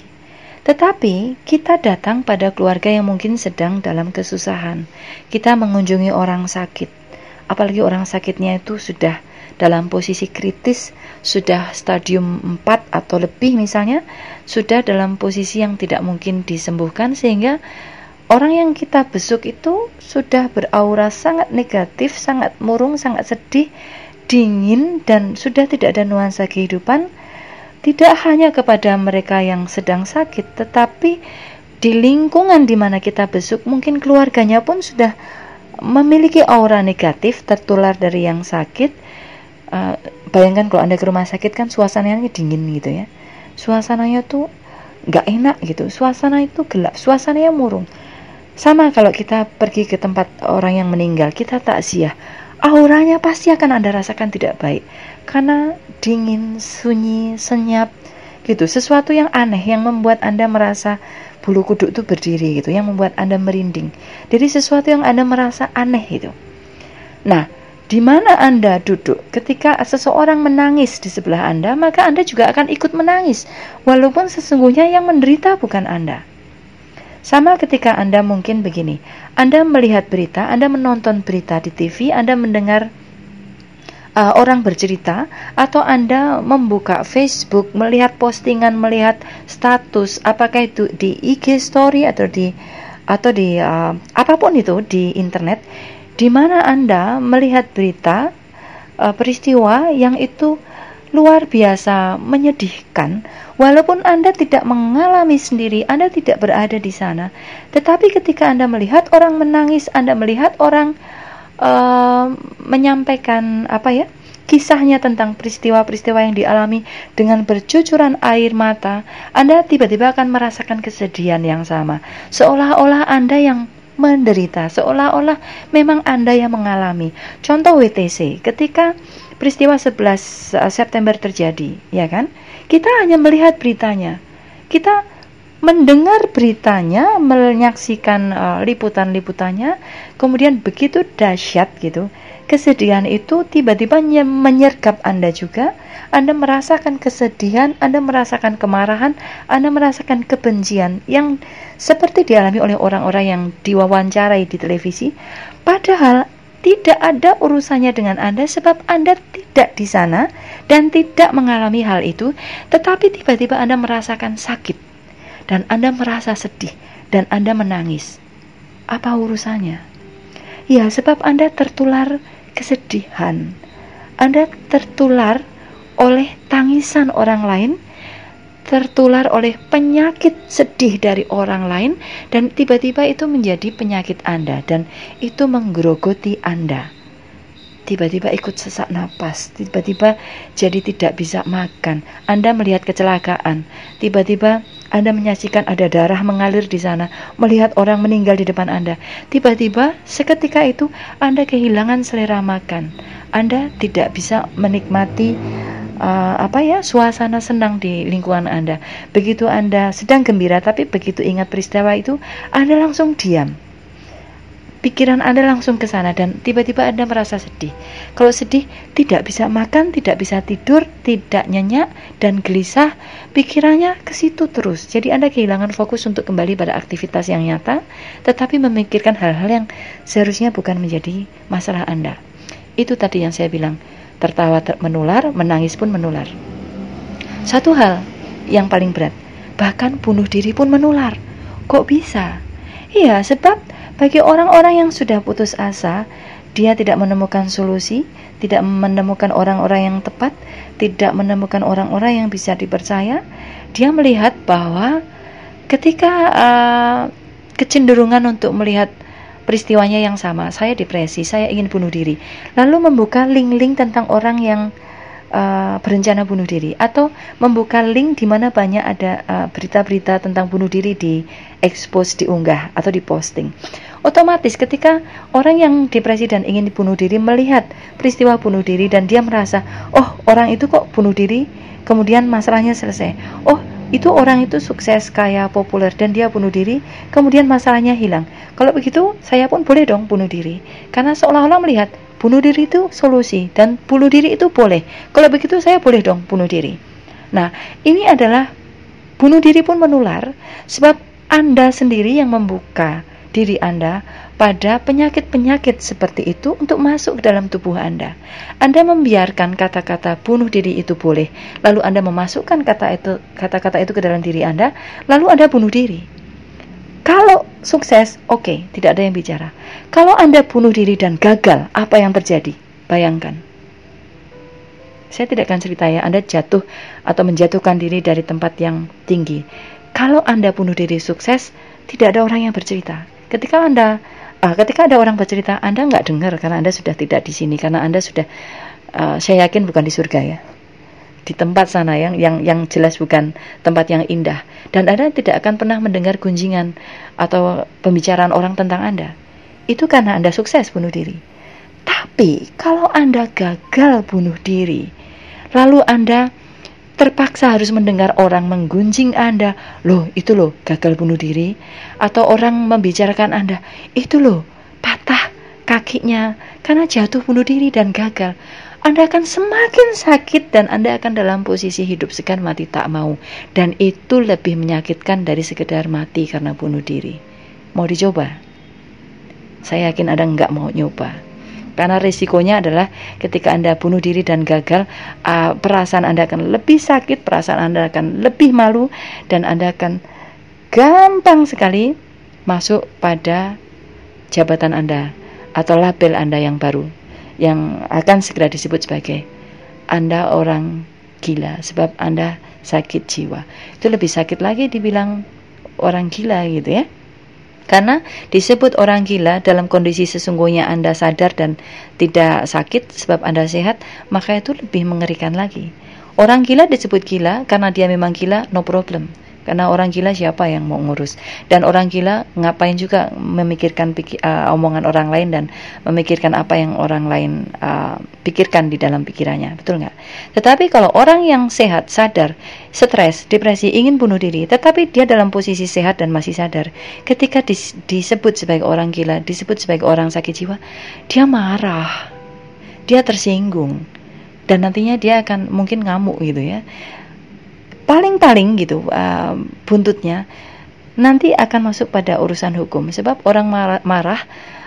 tetapi kita datang pada keluarga yang mungkin sedang dalam kesusahan. Kita mengunjungi orang sakit, apalagi orang sakitnya itu sudah dalam posisi kritis, sudah stadium 4 atau lebih misalnya, sudah dalam posisi yang tidak mungkin disembuhkan, sehingga orang yang kita besuk itu sudah beraura sangat negatif, sangat murung, sangat sedih, dingin, dan sudah tidak ada nuansa kehidupan. Tidak hanya kepada mereka yang sedang sakit, tetapi di lingkungan di mana kita besuk, mungkin keluarganya pun sudah memiliki aura negatif, tertular dari yang sakit. Bayangkan kalau Anda ke rumah sakit kan suasananya dingin gitu ya, suasananya tuh gak enak gitu, suasana itu gelap, suasananya murung. Sama kalau kita pergi ke tempat orang yang meninggal, kita takziah, auranya pasti akan Anda rasakan tidak baik, karena dingin, sunyi, senyap gitu, sesuatu yang aneh yang membuat Anda merasa bulu kuduk itu berdiri gitu, yang membuat Anda merinding. Jadi sesuatu yang Anda merasa aneh gitu. Nah, di mana Anda duduk ketika seseorang menangis di sebelah Anda, maka Anda juga akan ikut menangis, walaupun sesungguhnya yang menderita bukan Anda. Sama ketika Anda mungkin begini, Anda melihat berita, Anda menonton berita di TV, Anda mendengar orang bercerita, atau Anda membuka Facebook, melihat postingan, melihat status, apakah itu di IG story atau di apapun itu di internet, di mana Anda melihat berita, peristiwa yang itu luar biasa menyedihkan, walaupun Anda tidak mengalami sendiri, Anda tidak berada di sana, tetapi ketika Anda melihat orang menangis, Anda melihat orang menyampaikan kisahnya tentang peristiwa-peristiwa yang dialami dengan bercucuran air mata, Anda tiba-tiba akan merasakan kesedihan yang sama, seolah-olah Anda yang menderita, seolah-olah memang Anda yang mengalami. Contoh WTC, ketika peristiwa 11 September terjadi, ya kan? Kita hanya melihat beritanya, kita mendengar beritanya, menyaksikan liputan-liputannya, kemudian begitu dahsyat gitu, kesedihan itu tiba-tiba menyergap Anda juga. Anda merasakan kesedihan, Anda merasakan kemarahan, Anda merasakan kebencian yang seperti dialami oleh orang-orang yang diwawancarai di televisi, padahal tidak ada urusannya dengan Anda, sebab Anda tidak di sana dan tidak mengalami hal itu, tetapi tiba-tiba Anda merasakan sakit dan Anda merasa sedih dan Anda menangis. Apa urusannya? Ya, sebab Anda tertular kesedihan, Anda tertular oleh tangisan orang lain, tertular oleh penyakit sedih dari orang lain, dan tiba-tiba itu menjadi penyakit Anda, dan itu menggerogoti Anda. Tiba-tiba ikut sesak napas, tiba-tiba jadi tidak bisa makan, Anda melihat kecelakaan, tiba-tiba Anda menyaksikan ada darah mengalir di sana, melihat orang meninggal di depan Anda, tiba-tiba seketika itu Anda kehilangan selera makan, Anda tidak bisa menikmati suasana senang di lingkungan Anda. Begitu Anda sedang gembira, tapi begitu ingat peristiwa itu, Anda langsung diam. Pikiran Anda langsung ke sana dan tiba-tiba Anda merasa sedih. Kalau sedih, tidak bisa makan, tidak bisa tidur, tidak nyenyak dan gelisah, pikirannya ke situ terus. Jadi Anda kehilangan fokus untuk kembali pada aktivitas yang nyata, tetapi memikirkan hal-hal yang seharusnya bukan menjadi masalah Anda. Itu tadi yang saya bilang, tertawa menular, menangis pun menular. Satu hal yang paling berat. Bahkan bunuh diri pun menular. Kok bisa? Iya, sebab bagi orang-orang yang sudah putus asa, dia tidak menemukan solusi, tidak menemukan orang-orang yang tepat, tidak menemukan orang-orang yang bisa dipercaya. Dia melihat bahwa ketika kecenderungan untuk melihat peristiwanya yang sama, saya depresi, saya ingin bunuh diri, lalu membuka link-link tentang orang yang berencana bunuh diri, atau membuka link di mana banyak ada berita-berita tentang bunuh diri di expose, diunggah atau diposting. Otomatis ketika orang yang depresi dan ingin bunuh diri melihat peristiwa bunuh diri dan dia merasa, oh orang itu kok bunuh diri, kemudian masalahnya selesai. Oh itu orang itu sukses, kaya, populer dan dia bunuh diri, kemudian masalahnya hilang. Kalau begitu saya pun boleh dong bunuh diri, karena seolah-olah melihat bunuh diri itu solusi dan bunuh diri itu boleh. Kalau begitu saya boleh dong bunuh diri. Nah, ini adalah bunuh diri pun menular, sebab Anda sendiri yang membuka diri Anda pada penyakit-penyakit seperti itu untuk masuk ke dalam tubuh Anda. Anda membiarkan kata-kata bunuh diri itu boleh, lalu Anda memasukkan kata-kata itu ke dalam diri Anda, lalu Anda bunuh diri. Kalau sukses, oke, tidak ada yang bicara. Kalau Anda bunuh diri dan gagal, apa yang terjadi? Bayangkan. Saya tidak akan cerita ya, Anda jatuh atau menjatuhkan diri dari tempat yang tinggi. Kalau Anda bunuh diri sukses, tidak ada orang yang bercerita. Ketika ada orang bercerita, Anda nggak dengar karena Anda sudah tidak di sini, karena Anda sudah, saya yakin bukan di surga ya. Di tempat sana yang jelas bukan tempat yang indah, dan Anda tidak akan pernah mendengar gunjingan atau pembicaraan orang tentang Anda. Itu karena Anda sukses bunuh diri. Tapi kalau Anda gagal bunuh diri, lalu Anda terpaksa harus mendengar orang menggunjing Anda, loh itu loh gagal bunuh diri, atau orang membicarakan Anda, itu loh patah kakinya karena jatuh bunuh diri dan gagal. Anda akan semakin sakit dan Anda akan dalam posisi hidup segan mati tak mau, dan itu lebih menyakitkan dari sekedar mati karena bunuh diri. Mau dicoba? Saya yakin Anda nggak mau nyoba, karena risikonya adalah ketika Anda bunuh diri dan gagal, perasaan Anda akan lebih sakit, perasaan Anda akan lebih malu, dan Anda akan gampang sekali masuk pada jabatan Anda atau label Anda yang baru, yang akan segera disebut sebagai Anda orang gila, sebab Anda sakit jiwa. Itu lebih sakit lagi dibilang orang gila gitu ya, karena disebut orang gila dalam kondisi sesungguhnya Anda sadar dan tidak sakit sebab Anda sehat, maka itu lebih mengerikan lagi. Orang gila disebut gila karena dia memang gila, no problem. Karena orang gila siapa yang mau ngurus? Dan orang gila ngapain juga memikirkan omongan orang lain dan memikirkan apa yang orang lain pikirkan di dalam pikirannya, betul nggak? Tetapi kalau orang yang sehat, sadar, stres, depresi, ingin bunuh diri, tetapi dia dalam posisi sehat dan masih sadar, ketika disebut sebagai orang gila, disebut sebagai orang sakit jiwa, dia marah, dia tersinggung, dan nantinya dia akan mungkin ngamuk gitu ya. Paling-paling gitu buntutnya nanti akan masuk pada urusan hukum, sebab orang marah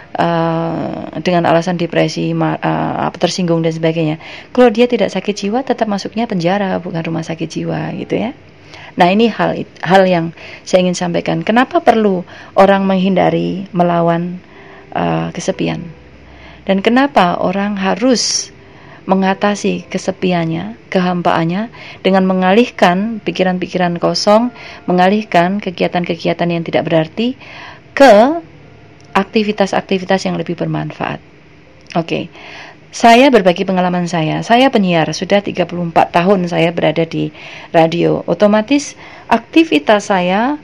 dengan alasan depresi, tersinggung dan sebagainya. Kalau dia tidak sakit jiwa, tetap masuknya penjara, bukan rumah sakit jiwa gitu ya. Nah, ini hal yang saya ingin sampaikan. Kenapa perlu orang menghindari melawan kesepian, dan kenapa orang harus mengatasi kesepiannya, kehampaannya dengan mengalihkan pikiran-pikiran kosong, mengalihkan kegiatan-kegiatan yang tidak berarti ke aktivitas-aktivitas yang lebih bermanfaat. Oke. Saya berbagi pengalaman saya. Saya penyiar, sudah 34 tahun saya berada di radio. Otomatis aktivitas saya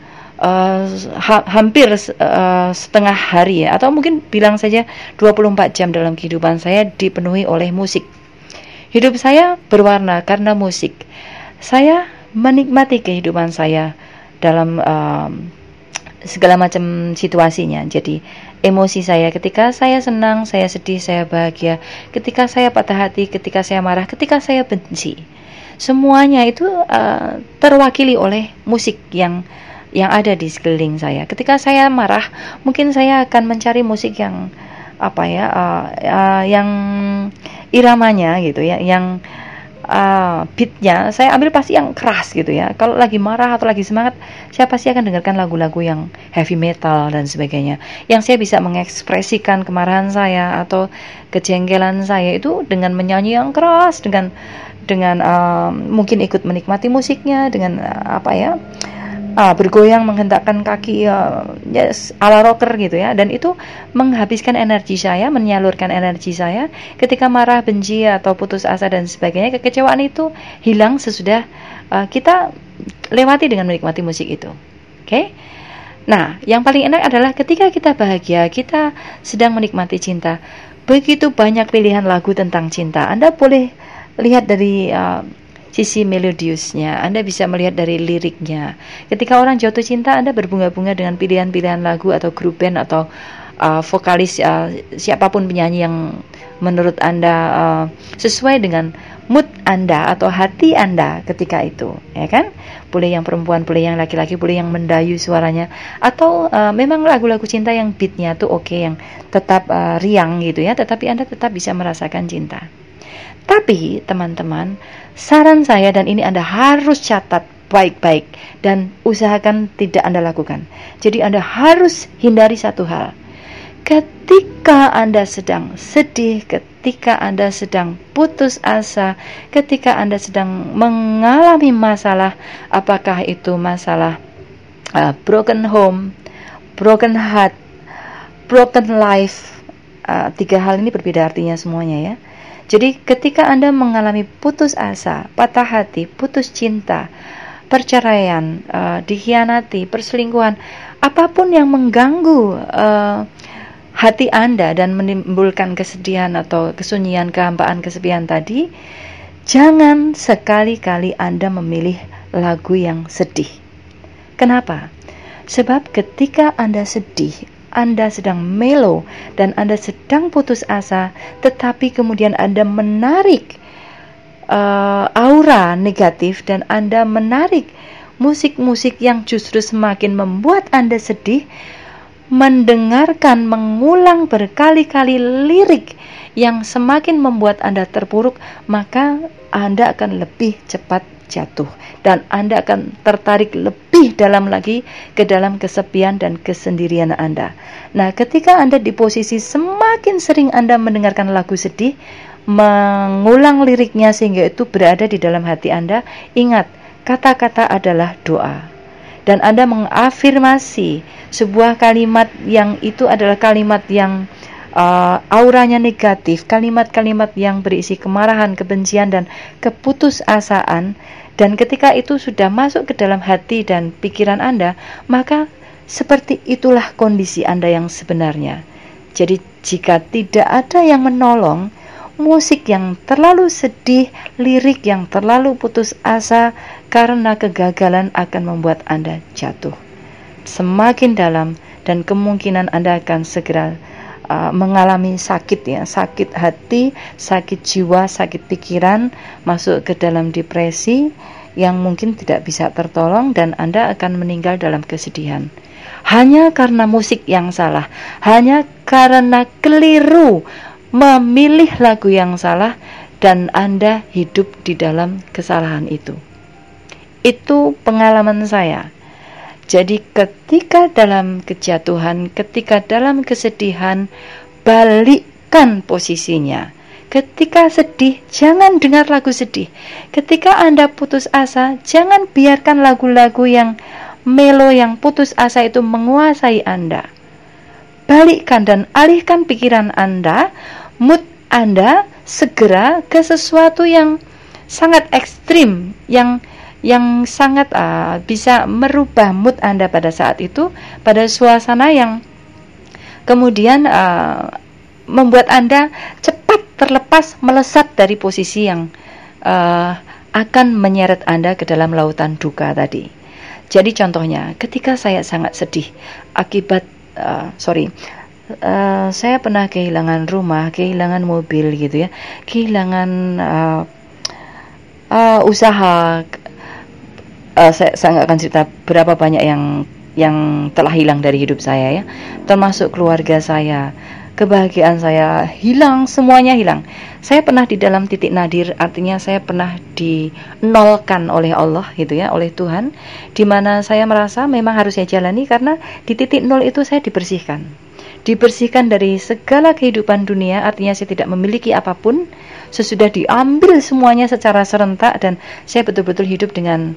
hampir setengah hari ya, atau mungkin bilang saja 24 jam dalam kehidupan saya dipenuhi oleh musik. Hidup saya berwarna karena musik. Saya menikmati kehidupan saya dalam segala macam situasinya. Jadi emosi saya, ketika saya senang, saya sedih, saya bahagia, ketika saya patah hati, ketika saya marah, ketika saya benci, semuanya itu terwakili oleh musik yang ada di sekeliling saya. Ketika saya marah, mungkin saya akan mencari musik yang yang iramanya gitu ya, yang beatnya saya ambil pasti yang keras gitu ya. Kalau lagi marah atau lagi semangat, saya pasti akan dengarkan lagu-lagu yang heavy metal dan sebagainya, yang saya bisa mengekspresikan kemarahan saya atau kejengkelan saya itu dengan menyanyi yang keras, dengan mungkin ikut menikmati musiknya, dengan bergoyang menghentakkan kaki ala rocker gitu ya. Dan itu menghabiskan energi saya, menyalurkan energi saya. Ketika marah, benci atau putus asa dan sebagainya, kekecewaan itu hilang sesudah kita lewati dengan menikmati musik itu. Oke? Nah, yang paling enak adalah ketika kita bahagia, kita sedang menikmati cinta. Begitu banyak pilihan lagu tentang cinta. Anda boleh lihat dari sisi melodiusnya, Anda bisa melihat dari liriknya. Ketika orang jatuh cinta, Anda berbunga-bunga dengan pilihan-pilihan lagu atau grup band atau vokalis, siapapun penyanyi yang menurut Anda sesuai dengan mood Anda atau hati Anda ketika itu, ya kan? Boleh yang perempuan, boleh yang laki-laki, boleh yang mendayu suaranya, atau memang lagu-lagu cinta yang beatnya tuh oke, yang tetap riang gitu ya, tetapi Anda tetap bisa merasakan cinta. Tapi teman-teman, saran saya, dan ini Anda harus catat baik-baik dan usahakan tidak Anda lakukan. Jadi Anda harus hindari satu hal. Ketika Anda sedang sedih, ketika Anda sedang putus asa, ketika Anda sedang mengalami masalah, apakah itu masalah broken home, broken heart, broken life, 3 hal ini berbeda artinya semuanya ya. Jadi ketika Anda mengalami putus asa, patah hati, putus cinta, perceraian, dikhianati, perselingkuhan, apapun yang mengganggu hati Anda dan menimbulkan kesedihan atau kesunyian, kehampaan, kesepian tadi, jangan sekali-kali Anda memilih lagu yang sedih. Kenapa? Sebab ketika Anda sedih, Anda sedang mellow dan Anda sedang putus asa, tetapi kemudian Anda menarik aura negatif dan Anda menarik musik-musik yang justru semakin membuat Anda sedih, mendengarkan, mengulang berkali-kali lirik yang semakin membuat Anda terpuruk, maka Anda akan lebih cepat jatuh dan Anda akan tertarik lebih dalam lagi ke dalam kesepian dan kesendirian Anda. Nah, ketika Anda di posisi semakin sering Anda mendengarkan lagu sedih, mengulang liriknya sehingga itu berada di dalam hati Anda, ingat, kata-kata adalah doa. Dan Anda mengafirmasi sebuah kalimat yang itu adalah kalimat yang auranya negatif, kalimat-kalimat yang berisi kemarahan, kebencian, dan keputusasaan. Dan ketika itu sudah masuk ke dalam hati dan pikiran Anda, maka seperti itulah kondisi Anda yang sebenarnya. Jadi jika tidak ada yang menolong, musik yang terlalu sedih, lirik yang terlalu putus asa karena kegagalan akan membuat Anda jatuh semakin dalam, dan kemungkinan Anda akan segera mengalami sakit ya, sakit hati, sakit jiwa, sakit pikiran, masuk ke dalam depresi yang mungkin tidak bisa tertolong, dan Anda akan meninggal dalam kesedihan. Hanya karena musik yang salah, hanya karena keliru memilih lagu yang salah, dan Anda hidup di dalam kesalahan itu. Itu pengalaman saya. Jadi ketika dalam kejatuhan, ketika dalam kesedihan, balikkan posisinya. Ketika sedih, jangan dengar lagu sedih. Ketika Anda putus asa, jangan biarkan lagu-lagu yang melo, yang putus asa itu menguasai Anda. Balikkan dan alihkan pikiran Anda, mood Anda segera ke sesuatu yang sangat ekstrim, yang sangat bisa merubah mood Anda pada saat itu, pada suasana yang kemudian membuat Anda cepat terlepas, melesat dari posisi yang akan menyeret Anda ke dalam lautan duka tadi. Jadi contohnya, ketika saya sangat sedih akibat saya pernah kehilangan rumah, kehilangan mobil gitu ya, kehilangan usaha. Saya nggak akan cerita berapa banyak yang telah hilang dari hidup saya ya, termasuk keluarga saya, kebahagiaan saya hilang, semuanya hilang. Saya pernah di dalam titik nadir, artinya saya pernah dinolkan oleh Allah gitu ya, oleh Tuhan, di mana saya merasa memang harus saya jalani karena di titik nol itu saya dibersihkan dari segala kehidupan dunia, artinya saya tidak memiliki apapun, sesudah diambil semuanya secara serentak dan saya betul-betul hidup dengan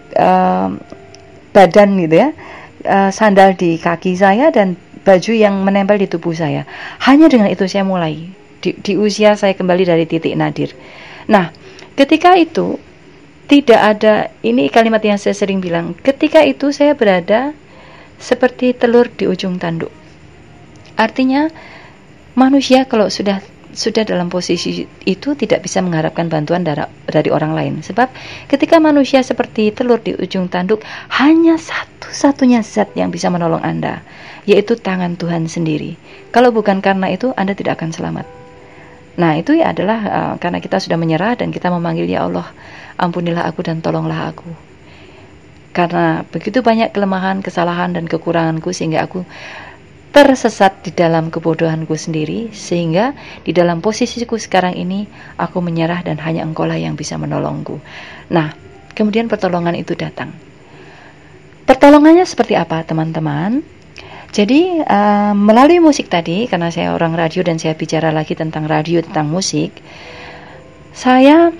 badan gitu ya, sandal di kaki saya dan baju yang menempel di tubuh saya. Hanya dengan itu saya mulai di usia saya kembali dari titik nadir. Nah, ketika itu tidak ada, ini kalimat yang saya sering bilang, ketika itu saya berada seperti telur di ujung tanduk. Artinya manusia kalau sudah dalam posisi itu tidak bisa mengharapkan bantuan dari orang lain. Sebab ketika manusia seperti telur di ujung tanduk, hanya satu-satunya zat yang bisa menolong Anda, yaitu tangan Tuhan sendiri. Kalau bukan karena itu, Anda tidak akan selamat. Nah, itu ya adalah karena kita sudah menyerah dan kita memanggil, ya Allah, ampunilah aku dan tolonglah aku. Karena begitu banyak kelemahan, kesalahan dan kekuranganku sehingga aku tersesat di dalam kebodohanku sendiri, sehingga di dalam posisiku sekarang ini aku menyerah dan hanya Engkaulah yang bisa menolongku. Nah, kemudian pertolongan itu datang. Pertolongannya seperti apa, teman-teman? Jadi melalui musik tadi, karena saya orang radio dan saya bicara lagi tentang radio, tentang musik, saya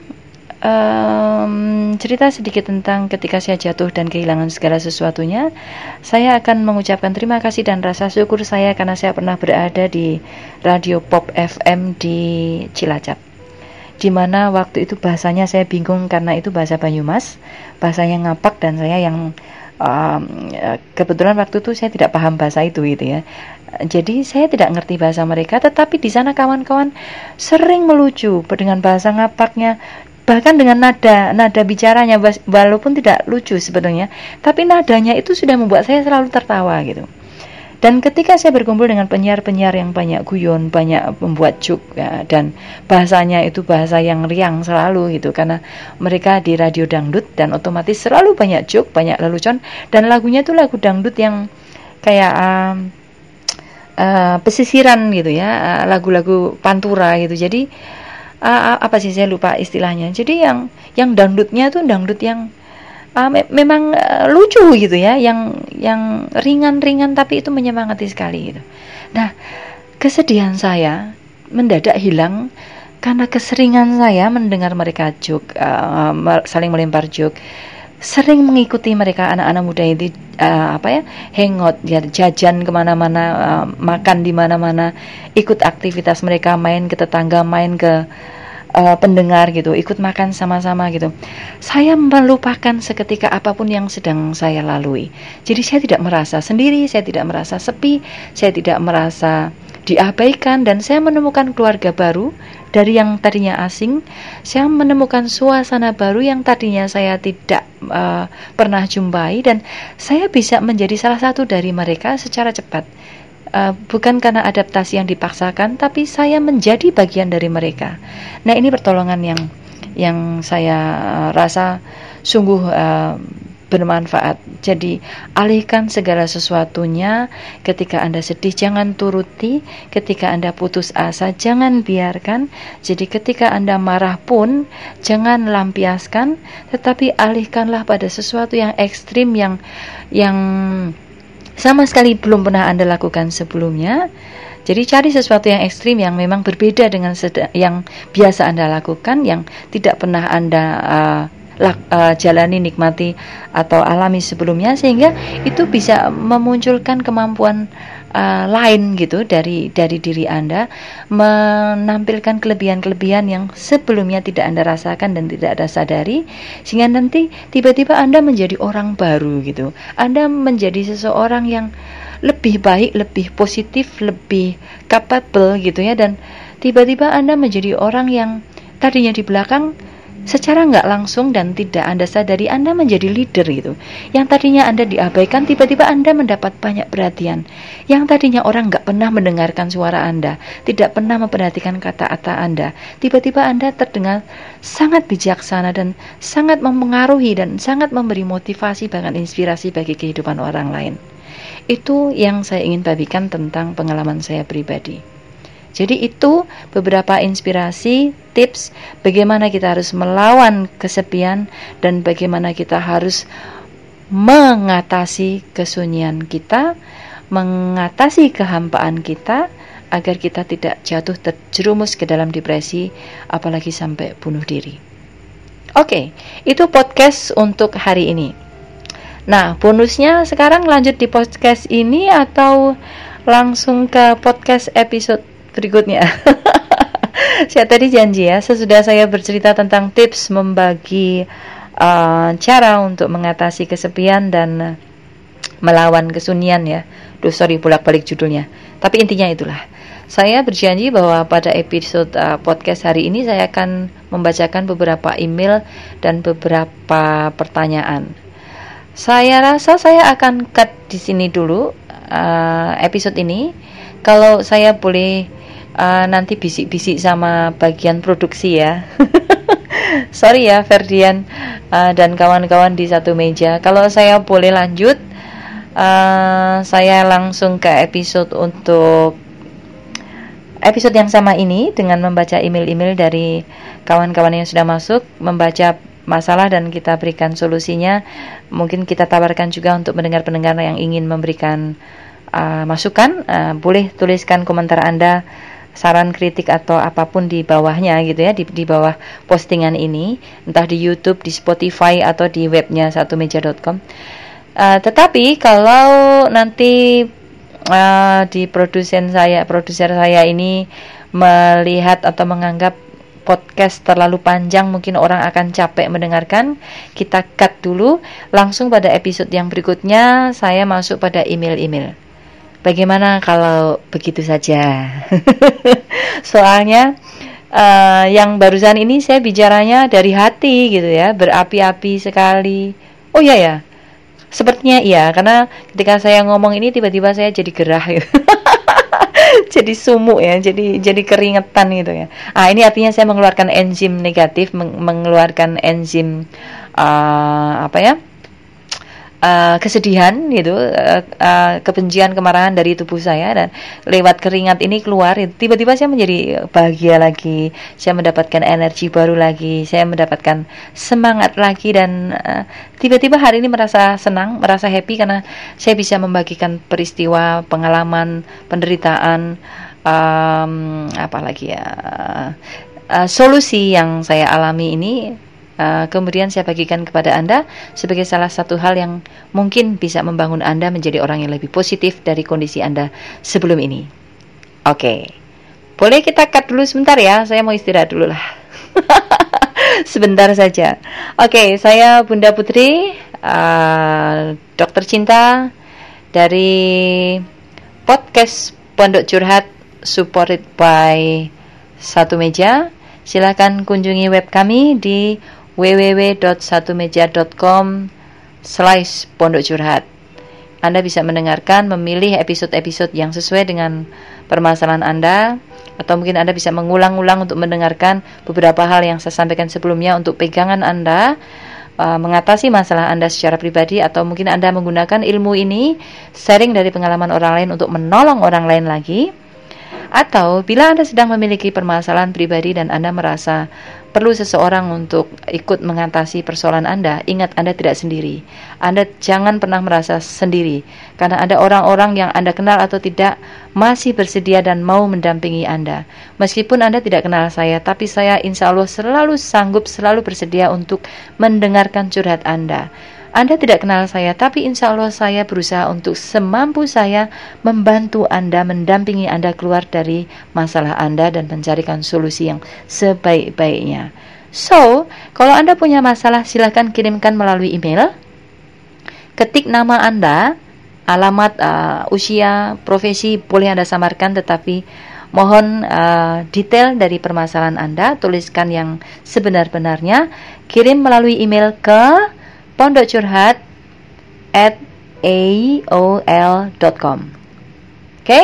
cerita sedikit tentang ketika saya jatuh dan kehilangan segala sesuatunya. Saya akan mengucapkan terima kasih dan rasa syukur saya karena saya pernah berada di radio Pop FM di Cilacap, di mana waktu itu bahasanya saya bingung karena itu bahasa Banyumas, bahasanya ngapak, dan saya yang kebetulan waktu itu saya tidak paham bahasa itu gitu ya. Jadi saya tidak ngerti bahasa mereka, tetapi di sana kawan-kawan sering melucu dengan bahasa ngapaknya, bahkan dengan nada bicaranya, walaupun tidak lucu sebetulnya, tapi nadanya itu sudah membuat saya selalu tertawa gitu. Dan ketika saya berkumpul dengan penyiar-penyiar yang banyak guyon, banyak membuat joke ya, dan bahasanya itu bahasa yang riang selalu gitu, karena mereka di radio dangdut dan otomatis selalu banyak joke, banyak lelucon, dan lagunya itu lagu dangdut yang kayak pesisiran gitu ya, lagu-lagu pantura gitu. Jadi apa sih, saya lupa istilahnya. Jadi yang dangdutnya tuh dangdut yang memang lucu gitu ya, yang ringan-ringan tapi itu menyemangati sekali gitu. Nah, kesedihan saya mendadak hilang karena keseringan saya mendengar mereka joke, saling melempar joke, sering mengikuti mereka anak-anak muda ini hangout ya, jajan kemana-mana, makan di mana-mana, ikut aktivitas mereka, main ke tetangga, main ke pendengar gitu, ikut makan sama-sama gitu. Saya melupakan seketika apapun yang sedang saya lalui. Jadi saya tidak merasa sendiri, saya tidak merasa sepi, saya tidak merasa diabaikan, dan saya menemukan keluarga baru dari yang tadinya asing. Saya menemukan suasana baru yang tadinya saya tidak pernah jumpai, dan saya bisa menjadi salah satu dari mereka secara cepat. Bukan karena adaptasi yang dipaksakan, tapi saya menjadi bagian dari mereka. Nah, ini pertolongan yang saya rasa sungguh bermanfaat. Jadi alihkan segala sesuatunya. Ketika Anda sedih, jangan turuti. Ketika Anda putus asa, jangan biarkan. Jadi ketika Anda marah pun jangan lampiaskan, tetapi alihkanlah pada sesuatu yang ekstrim, yang sama sekali belum pernah Anda lakukan sebelumnya. Jadi cari sesuatu yang ekstrim yang memang berbeda dengan yang biasa Anda lakukan, yang tidak pernah Anda jalani, nikmati atau alami sebelumnya, sehingga itu bisa memunculkan kemampuan lain gitu dari diri Anda, menampilkan kelebihan-kelebihan yang sebelumnya tidak Anda rasakan dan tidak Anda sadari, sehingga nanti tiba-tiba Anda menjadi orang baru gitu. Anda menjadi seseorang yang lebih baik, lebih positif, lebih capable gitu ya, dan tiba-tiba Anda menjadi orang yang tadinya di belakang, secara nggak langsung dan tidak Anda sadari Anda menjadi leader gitu. Yang tadinya Anda diabaikan, tiba-tiba Anda mendapat banyak perhatian. Yang tadinya orang nggak pernah mendengarkan suara Anda, tidak pernah memperhatikan kata-kata Anda, tiba-tiba Anda terdengar sangat bijaksana dan sangat mempengaruhi dan sangat memberi motivasi bahkan inspirasi bagi kehidupan orang lain. Itu yang saya ingin bagikan tentang pengalaman saya pribadi. Jadi itu beberapa inspirasi, tips bagaimana kita harus melawan kesepian dan bagaimana kita harus mengatasi kesunyian kita, mengatasi kehampaan kita, agar kita tidak jatuh terjerumus ke dalam depresi, apalagi sampai bunuh diri. Oke, itu podcast untuk hari ini. Nah, bonusnya sekarang lanjut di podcast ini atau langsung ke podcast episode berikutnya? Saya tadi janji ya, sesudah saya bercerita tentang tips membagi cara untuk mengatasi kesepian dan melawan kesunyian ya. Bolak-balik judulnya. Tapi intinya itulah. Saya berjanji bahwa pada episode podcast hari ini saya akan membacakan beberapa email dan beberapa pertanyaan. Saya rasa saya akan cut di sini dulu episode ini. Kalau saya boleh nanti bisik-bisik sama bagian produksi ya. Sorry ya Ferdian dan kawan-kawan di satu meja. Kalau saya boleh lanjut, saya langsung ke episode yang sama ini dengan membaca email-email dari kawan-kawan yang sudah masuk, membaca masalah dan kita berikan solusinya. Mungkin kita tawarkan juga untuk pendengar-pendengar yang ingin memberikan masukan, boleh tuliskan komentar Anda, saran, kritik atau apapun di bawahnya gitu ya, di bawah postingan ini, entah di YouTube, di Spotify atau di webnya satumeja.com. Tetapi kalau nanti di produser saya ini melihat atau menganggap podcast terlalu panjang, mungkin orang akan capek mendengarkan, kita cut dulu, langsung pada episode yang berikutnya saya masuk pada email-email. Bagaimana kalau begitu saja? Soalnya yang barusan ini saya bicaranya dari hati gitu ya, berapi-api sekali. Oh iya ya, sepertinya iya, karena ketika saya ngomong ini tiba-tiba saya jadi gerah gitu. Jadi sumuk ya, jadi keringetan gitu ya. Ini artinya saya mengeluarkan enzim negatif, mengeluarkan enzim kesedihan gitu, kebencian, kemarahan dari tubuh saya, dan lewat keringat ini keluar, tiba-tiba saya menjadi bahagia lagi, saya mendapatkan energi baru lagi, saya mendapatkan semangat lagi, dan tiba-tiba hari ini merasa senang, merasa happy karena saya bisa membagikan peristiwa, pengalaman, penderitaan, solusi yang saya alami ini. Kemudian saya bagikan kepada Anda sebagai salah satu hal yang mungkin bisa membangun Anda menjadi orang yang lebih positif dari kondisi Anda sebelum ini. Oke. Boleh kita cut dulu sebentar ya, saya mau istirahat dulu lah. Sebentar saja. Oke, saya Bunda Putri, dokter cinta dari podcast Pondok Curhat, supported by Satu Meja. Silakan kunjungi web kami di www.satumeja.com/pondokcurhat. Anda bisa mendengarkan, memilih episode-episode yang sesuai dengan permasalahan Anda, atau mungkin Anda bisa mengulang-ulang untuk mendengarkan beberapa hal yang saya sampaikan sebelumnya untuk pegangan Anda mengatasi masalah Anda secara pribadi, atau mungkin Anda menggunakan ilmu ini sharing dari pengalaman orang lain untuk menolong orang lain lagi. Atau bila Anda sedang memiliki permasalahan pribadi dan Anda merasa perlu seseorang untuk ikut mengatasi persoalan Anda, ingat Anda tidak sendiri. Anda jangan pernah merasa sendiri, karena ada orang-orang yang Anda kenal atau tidak masih bersedia dan mau mendampingi Anda. Meskipun Anda tidak kenal saya, tapi saya insya Allah selalu sanggup, selalu bersedia untuk mendengarkan curhat Anda. Anda tidak kenal saya, tapi insya Allah saya berusaha untuk semampu saya membantu Anda, mendampingi Anda keluar dari masalah Anda dan mencarikan solusi yang sebaik-baiknya. So, kalau Anda punya masalah, silakan kirimkan melalui email. Ketik nama Anda, alamat, usia, profesi boleh Anda samarkan, tetapi mohon detail dari permasalahan Anda, tuliskan yang sebenar-benarnya. Kirim melalui email ke pondokcurhat@aol.com. Oke?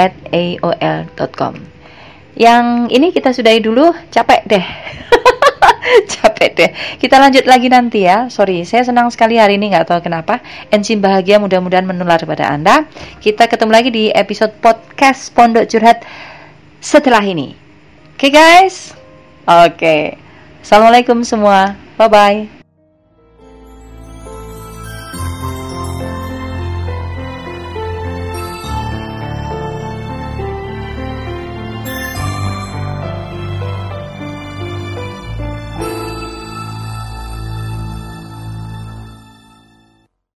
Pondokcurhat@aol.com. Yang ini kita sudahi dulu, capek deh. Capek deh. Kita lanjut lagi nanti ya. Sorry, saya senang sekali hari ini, nggak tahu kenapa. Enzim bahagia mudah-mudahan menular pada Anda. Kita ketemu lagi di episode podcast Pondok Curhat setelah ini. Oke guys. Oke. Assalamualaikum semua. Bye-bye.